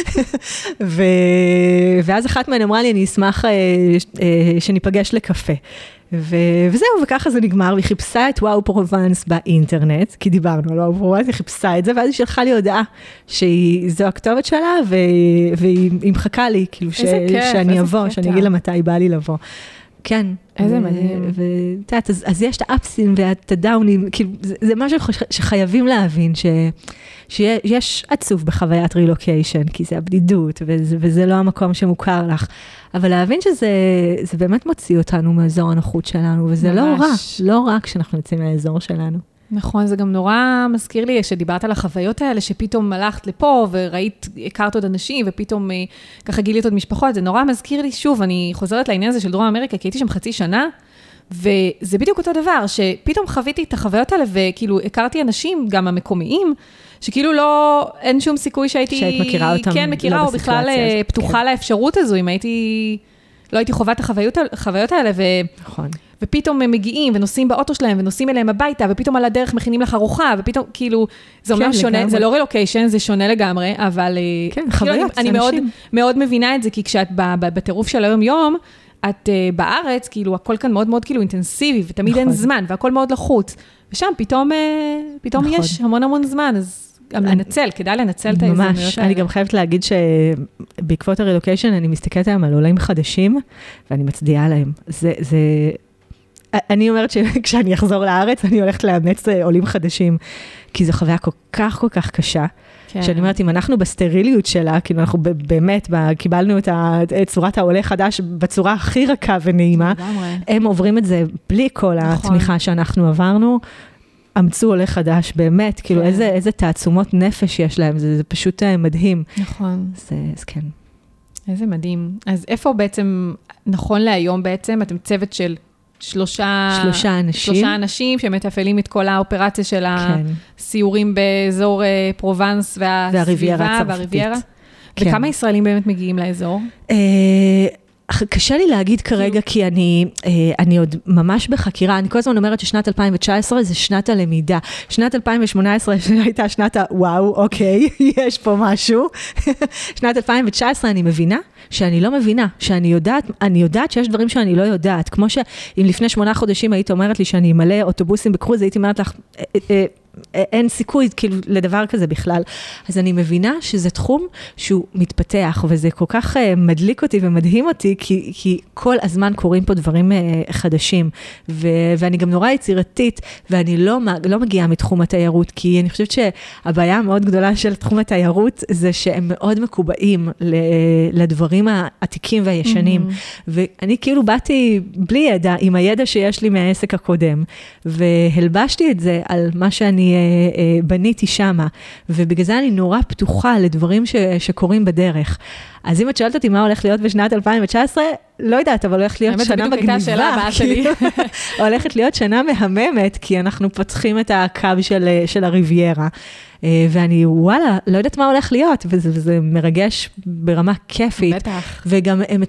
ואז אחת מהן אמרה לי, אני אשמח שניפגש לקפה. וזהו, וככה זה נגמר, והיא חיפשה את וואו פרובנס באינטרנט, כי דיברנו על וואו פרובנס, היא חיפשה את זה, ואז היא שלחה לי הודעה שזו הכתובת שלה, והיא מחכה לי, כאילו שאני אבוא, שאני אגיד לה מתי בא לי לבוא. כן. איזה מדהים. אז יש את האפסים ואת הדאונים, כאילו, זה משהו שחייבים להבין, שיש עצוב בחוויית רילוקיישן, כי זה הבדידות, וזה לא המקום שמוכר לך, אבל להבין שזה באמת מוציא אותנו מאזור הנוחות שלנו, וזה לא רע כשאנחנו יוצאים מהאזור שלנו. נכון, זה גם נורא מזכיר לי שדיברת על החוויות האלה, שפתאום הלכת לפה וראית, הכרת עוד אנשים, ופתאום ככה גילית עוד משפחות, זה נורא מזכיר לי, שוב, אני חוזרת לעניין הזה של דרום אמריקה, כי הייתי שם חצי שנה, וזה בדיוק אותו דבר, שפתאום חוויתי את החוויות האלה, וכאילו הכרתי אנשים, גם המקומיים, שכאילו לא, אין שום סיכוי שהיית מכירה אותם, כן, מכירה, או בכלל פתוחה לאפשרות הזו, אם לא הייתי חובה את החוויות האלה, נכון. ופתאום הם מגיעים ונוסעים באוטו שלהם, ונוסעים אליהם הביתה, ופתאום על הדרך מכינים לך ארוחה, ופתאום כאילו, זה אומר שונה, זה לא רילוקיישן, זה שונה לגמרי, אבל אני מאוד מבינה את זה, כי כשאת בטירוף של היום-יום, את בארץ, כאילו, הכל כאן מאוד מאוד כאילו אינטנסיבי, ותמיד אין זמן, והכל מאוד לחוץ. ושם פתאום יש המון זמן, אז גם כדאי לנצל את ההזדמנויות האלה. ממש, אני גם חייבת להגיד שבעקבות הרילוקיישן, אני מסתכלת היום על עולים חדשים, ואני מצדיעה להם. אני אומרת שכשאני אחזור לארץ, אני הולכת לאמץ עולים חדשים, כי זו חוויה כל כך קשה, שאני אומרת, אם אנחנו בסטריליות שלה, כאילו אנחנו באמת קיבלנו את צורת העולה חדש בצורה הכי רכה ונעימה, הם עוברים את זה בלי כל התמיכה שאנחנו עברנו, אמצו עולה חדש, באמת, כאילו איזה תעצומות נפש יש להם, זה פשוט מדהים. נכון. אז כן. איזה מדהים. אז איפה בעצם, נכון להיום בעצם, אתם צוות של שלושה אנשים שמתפעלים את כל האופרציה של הסיורים באזור פרובנס והסביבה והריביירה. וכמה ישראלים באמת מגיעים לאזור? קשה לי להגיד כרגע, כי אני עוד ממש בחקירה, אני כל הזמן אומרת ששנת 2019 זה שנת הלמידה, שנת 2018 הייתה שנת וואו, אוקיי, יש פה משהו, שנת 2019 אני מבינה שאני לא מבינה, שאני יודעת שיש דברים שאני לא יודעת, כמו שאם לפני 8 חודשים היית אומרת לי שאני אמלא אוטובוסים בקרוז, הייתי אומרת לך, אין סיכוי כאילו לדבר כזה בכלל. אז אני מבינה שזה תחום שהוא מתפתח, וזה כל כך מדליק אותי ומדהים אותי, כי כל הזמן קורים פה דברים חדשים, ואני גם נורא יצירתית, ואני לא מגיעה מתחום התיירות, כי אני חושבת שהבעיה המאוד גדולה של תחום התיירות, זה שהם מאוד מקובעים לדברים העתיקים והישנים, ואני כאילו באתי בלי ידע, עם הידע שיש לי מהעסק הקודם, והלבשתי את זה על מה שאני בניתי שמה, ובגלל זה אני נורא פתוחה לדברים שקורים בדרך. אז אם את שואלת אותי מה הולך להיות בשנת 2019, לא יודעת, אבל הולכת להיות שנה מגניבה. האמת, בדיוק הייתה השאלה הבאה שלי. הולכת להיות שנה מהממת, כי אנחנו פותחים את הקו של הריביירה. ואני, וואלה, לא יודעת מה הולך להיות, וזה מרגש ברמה כיפית. בטח. וגם הם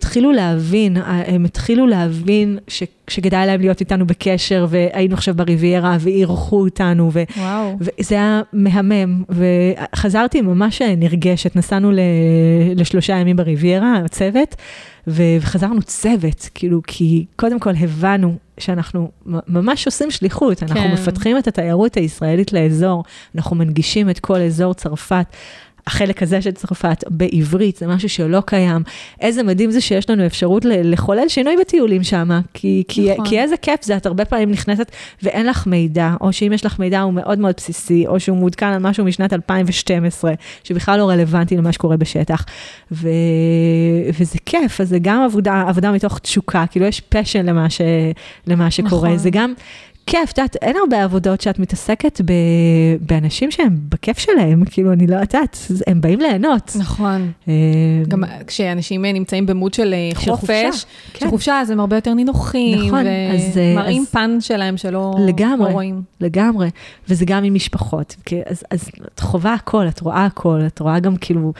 התחילו להבין שכדאי להם להיות איתנו בקשר, והיינו עכשיו בריביירה, ואירחו אותנו, וזה היה מהמם, וחזרתי ממש נרגשת, נסענו ל3 ימים בריביירה, הצוות, וחזרנו צוות, כאילו, כי קודם כל הבנו שאנחנו ממש עושים שליחות, אנחנו מפתחים את התיירות הישראלית לאזור, אנחנו מנגישים את כל אזור צרפת, החלק הזה של צרפת בעברית, זה משהו שלא קיים. איזה מדהים זה שיש לנו אפשרות לחולל שינוי בטיולים שם, כי איזה כיף זה, את הרבה פעמים נכנסת ואין לך מידע, או שאם יש לך מידע הוא מאוד מאוד בסיסי, או שהוא מעודכן על משהו משנת 2012, שבכלל לא רלוונטי למה שקורה בשטח. וזה כיף, אז זה גם עבודה מתוך תשוקה, כאילו יש פשן למה שקורה, זה גם כיף, אין הרבה עבודות שאת מתעסקת באנשים שהם בכיף שלהם, כאילו אני לא יודעת, הם באים ליהנות. נכון. גם כשאנשים נמצאים במוד של חופש, שחופשה אז הם הרבה יותר נינוחים, ומראים פן שלהם שלא רואים. לגמרי, וזה גם עם משפחות, אז את חובה הכל, את רואה הכל, את רואה גם כאילו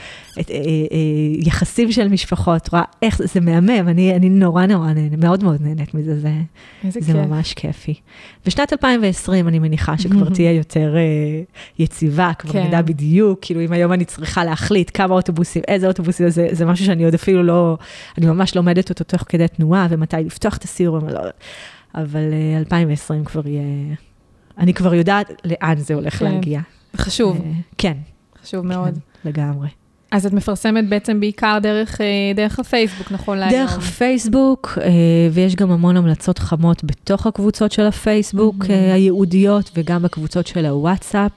יחסים של משפחות, רואה איך זה מהמם, אני נורא מאוד מאוד נהנית מזה, זה ממש כיפי. בשנת 2020 אני מניחה שכבר תהיה יותר יציבה, כבר נדע בדיוק, כאילו אם היום אני צריכה להחליט כמה אוטובוסים, איזה אוטובוסים, זה משהו שאני עוד אפילו לא, אני ממש לומדת אותו תוך כדי תנועה, ומתי לפתוח את הסיור, אבל 2020 כבר יהיה, אני כבר יודעת לאן זה הולך להגיע. חשוב. כן. חשוב מאוד. לגמרי. אז את מפרסמת בעצם בעיקר דרך הפייסבוק, נכון להיום? דרך הפייסבוק, ויש גם המון המלצות חמות בתוך הקבוצות של הפייסבוק הייעודיות, וגם בקבוצות של הוואטסאפ.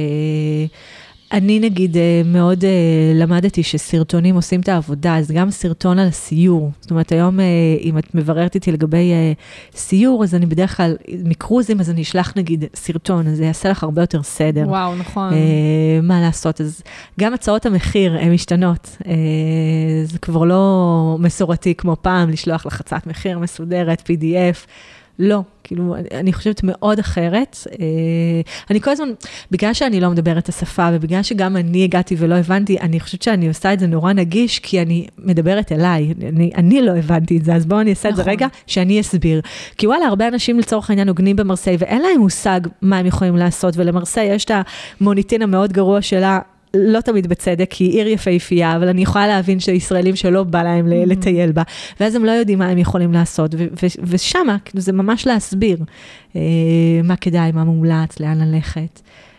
אני נגיד מאוד למדתי שסרטונים עושים את העבודה, אז גם סרטון על סיור. זאת אומרת, היום אם את מבררת איתי לגבי סיור, אז אני בדרך כלל, מקרוזים, אז אני אשלח נגיד סרטון, אז זה יעשה לך הרבה יותר סדר. וואו, נכון. מה לעשות? אז גם הצעות המחיר הן משתנות. זה כבר לא מסורתי כמו פעם, לשלוח לך הצעת מחיר מסודרת, PDF. לא, כאילו, אני חושבת מאוד אחרת. אני כל הזמן, בגלל שאני לא מדברת את השפה, ובגלל שגם אני הגעתי ולא הבנתי, אני חושבת שאני עושה את זה נורא נגיש, כי אני מדברת אליי, אני לא הבנתי את זה, אז בואו אני אעשה את זה רגע, שאני אסביר. כי וואלה, הרבה אנשים לצורך העניין עוגנים במרסיי, ואין להם מושג מה הם יכולים לעשות, ולמרסיי יש את המוניטין המאוד גרוע שלה, לא תמיד בצדק, כי היא עיר יפהפייה, אבל אני יכולה להבין שישראלים שלא בא להם לטייל בה, ואז הם לא יודעים מה הם יכולים לעשות, ושמה, זה ממש להסביר מה כדאי, מה מומלץ, לאן ללכת.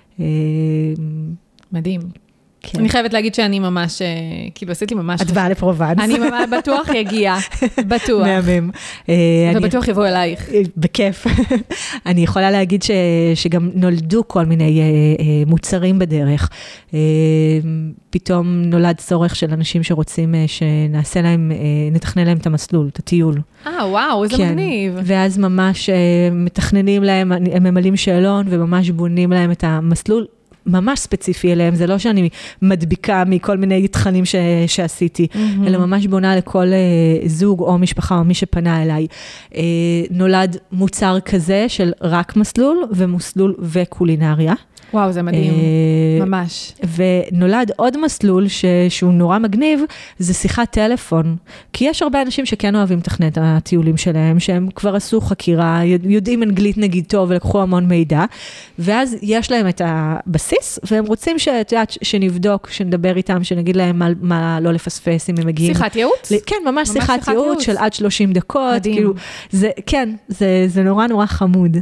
מדהים. אני חייבת להגיד שאני ממש, כאילו עשיתי ממש... את באה לפרובנס. אני ממש בטוח יגיע, בטוח. מהמם. ובטוח יבוא אלייך. בכיף. אני יכולה להגיד שגם נולדו כל מיני מוצרים בדרך. פתאום נולד צורך של אנשים שרוצים שנעשה להם, נתכנן להם את המסלול, את הטיול. וואו, איזה מגניב. ואז ממש מתכננים להם, הם ממלאים שאלון וממש בונים להם את המסלול. ממש ספציפי אליהם, זה לא שאני מדביקה מכל מיני תכנים שעשיתי, אלא ממש בונה לכל זוג או משפחה או מי שפנה אליי. נולד מוצר כזה של רק מסלול ומסלול וקולינריה. וואו, זה מדהים, ממש. ונולד עוד מסלול שהוא נורא מגניב, זה שיחת טלפון. כי יש הרבה אנשים שכן אוהבים לתכנן את הטיולים שלהם, שהם כבר עשו חקירה, יודעים אנגלית נגיד טוב ולקחו המון מידע, ואז יש להם את הבסיס, והם רוצים שנבדוק, שנדבר איתם, שנגיד להם מה לא לפספס אם הם מגיעים. שיחת ייעוץ? כן, ממש שיחת ייעוץ של עד 30 דקות. מדהים. כן, זה נורא נורא חמוד.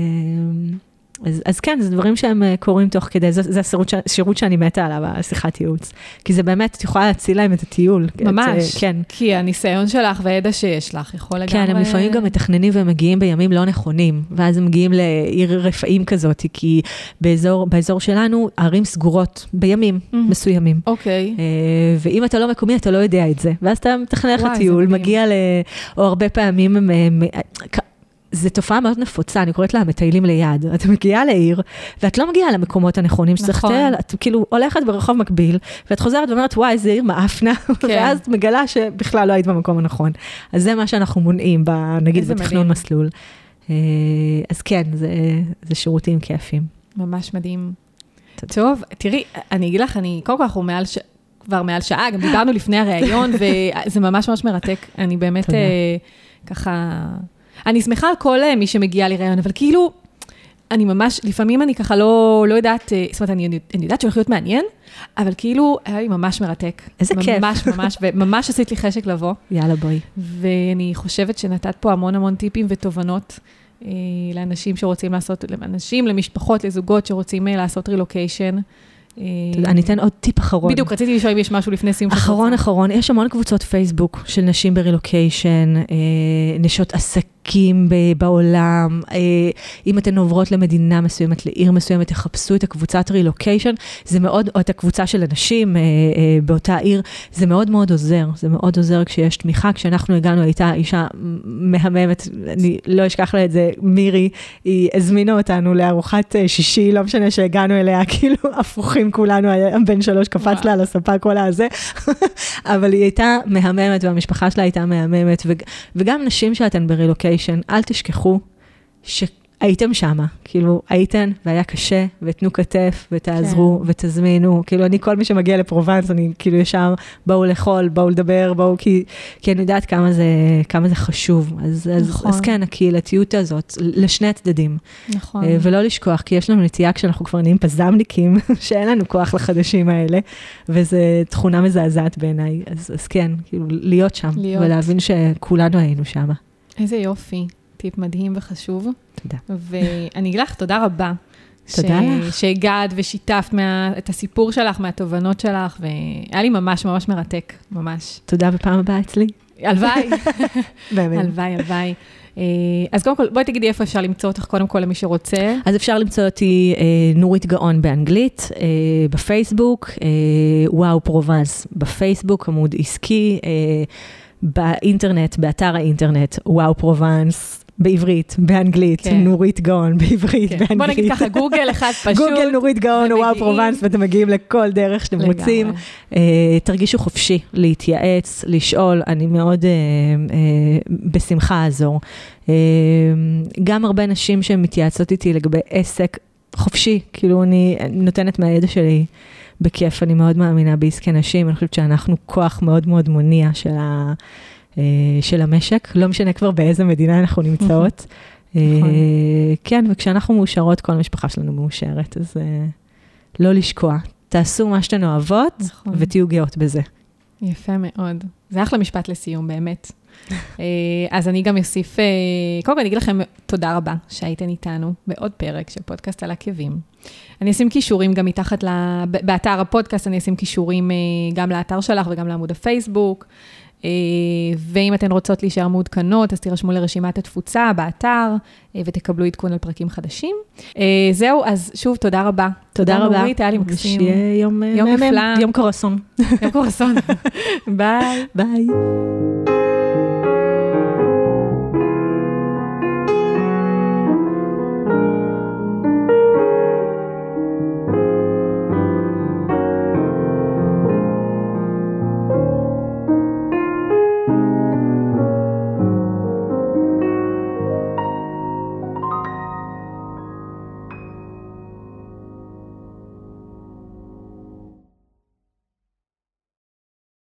אז כן, זה דברים שהם קוראים תוך כדי, זה השירות שאני מתה עליו, השיחת ייעוץ. כי זה באמת, את יכולה להציל להם את הטיול. ממש, כן. כי הניסיון שלך והידע שיש לך יכול לגמרי... כן, הם לפעמים גם מתכננים והם מגיעים בימים לא נכונים, ואז הם מגיעים לעיר רפאים כזאת, כי באזור שלנו, הערים סגורות בימים מסוימים. אוקיי. ואם אתה לא מקומי, אתה לא יודע את זה. ואז אתה מתכנן לך טיול, מגיע או הרבה פעמים זו תופעה מאוד נפוצה, אני קוראת לה מטיילים ליד. את מגיעה לעיר, ואת לא מגיעה למקומות הנכונים שצריך לטייל, את כאילו הולכת ברחוב מקביל, ואת חוזרת ואומרת, וואי, איזה עיר מאפנה, ואז את מגלה שבכלל לא היית במקום הנכון. אז זה מה שאנחנו מונעים, נגיד בתכנון מסלול. אז כן, זה שירותים כיפים. ממש מדהים. טוב, תראי, אני אגיד לך, קודם כל אנחנו כבר מעל שעה, גם דיברנו לפני הראיון, וזה ממש ממש מרתק. אני באמת ככה... אני שמחה על כל מי שמגיע לראיון, אבל כאילו, אני ממש, לפעמים אני ככה לא יודעת, זאת אומרת, אני יודעת שהולך להיות מעניין, אבל כאילו, היה לי ממש מרתק. איזה כיף. ממש ממש, וממש עשית לי חשק לבוא. יאללה, בואי. ואני חושבת שנתת פה המון המון טיפים ותובנות, לאנשים שרוצים לעשות, לאנשים, למשפחות, לזוגות שרוצים לעשות רילוקיישן. אני אתן עוד טיפ אחרון. בדיוק, רציתי לשאול אם יש משהו לפני סיום. אחרון, יש המון קבוצות פייסבוק של נשים ברילוקיישן, נשות עסקים בעולם, אם אתן עוברות למדינה מסוימת, לעיר מסוימת, תחפשו את הקבוצת רילוקיישן, זה מאוד, או את הקבוצה של אנשים באותה עיר, זה מאוד מאוד עוזר, זה מאוד עוזר כשיש תמיכה, כשאנחנו הגענו, הייתה אישה מהממת, אני לא אשכח לה את זה, מירי, היא הזמינה אותנו לארוחת שישי, לא משנה שהגענו אליה, כאילו הפוכים כולנו, בן 3 קפץ לה על הספה כל הזה, אבל היא הייתה מהממת, והמשפחה שלה הייתה מהממת, וגם נשים שאתן ברילוקיישן, אל תשכחו שהייתם שמה, כאילו הייתן והיה קשה, ותנו כתף, ותעזרו, ותזמינו, כאילו אני כל מי שמגיע לפרובנס, אני כאילו ישר, באו לאכול, באו לדבר, כי אני יודעת כמה זה חשוב, אז כן, הקהילתיות הזאת, לשני הצדדים, ולא לשכוח, כי יש לנו נטייה כשאנחנו כבר נהיים פזמניקים, שאין לנו כוח לחדשים האלה, וזו תכונה מזעזעת בעיניי, אז כן, כאילו להיות שם, ולהבין שכולנו היינו שמה. איזה יופי. טיפ מדהים וחשוב. תודה. ואני אגיד לך, תודה רבה. תודה לך. שהגעת ושיתפת את הסיפור שלך, מהתובנות שלך, והיה לי ממש ממש מרתק, ממש. תודה בפעם הבאה אצלי. הלוואי. באמת. הלוואי. אז קודם כל, בואי תגידי איפה אפשר למצוא אותך, קודם כל למי שרוצה. אז אפשר למצוא אותי נורית גאון באנגלית, בפייסבוק, וואו פרובנס בפייסבוק, עמוד עסקי, באינטרנט, באתר האינטרנט, וואו פרובנס, בעברית, באנגלית, נורית גאון, בעברית, באנגלית. בוא נגיד ככה, גוגל אחד פשוט. גוגל נורית גאון, וואו פרובנס, ואתם מגיעים לכל דרך שאתם רוצים. תרגישו חופשי להתייעץ, לשאול, אני מאוד בשמחה אעזור. גם הרבה נשים שמתייעצות איתי לגבי עסק חופשי, כאילו אני נותנת מהידע שלי בכיף, אני מאוד מאמינה בעסקי נשים, אני חושבת שאנחנו כוח מאוד מאוד מוניע של המשק, לא משנה כבר באיזה מדינה אנחנו נמצאות. כן, וכשאנחנו מאושרות, כל המשפחה שלנו מאושרת, אז לא לשקוע. תעשו מה שאתן אוהבות, ותהיו גאות בזה. יפה מאוד. זה אחלה משפט לסיום, באמת. אז אני גם אוסיף, קודם כל אני אגיד לכם תודה רבה שהייתן איתנו בעוד פרק של פודקאסט על עקבים. אני אשים קישורים גם מתחת, באתר הפודקאסט אני אשים קישורים גם לאתר שלך וגם לעמוד הפייסבוק, ואם אתן רוצות להישאר מעודכנות, אז תירשמו לרשימת התפוצה באתר, ותקבלו עדכון על פרקים חדשים. זהו, אז שוב, תודה רבה. תודה רבה. נורית, היה לי מקסים. שיהיה יום נפלא. יום קורסון. יום קורסון. ביי. ביי.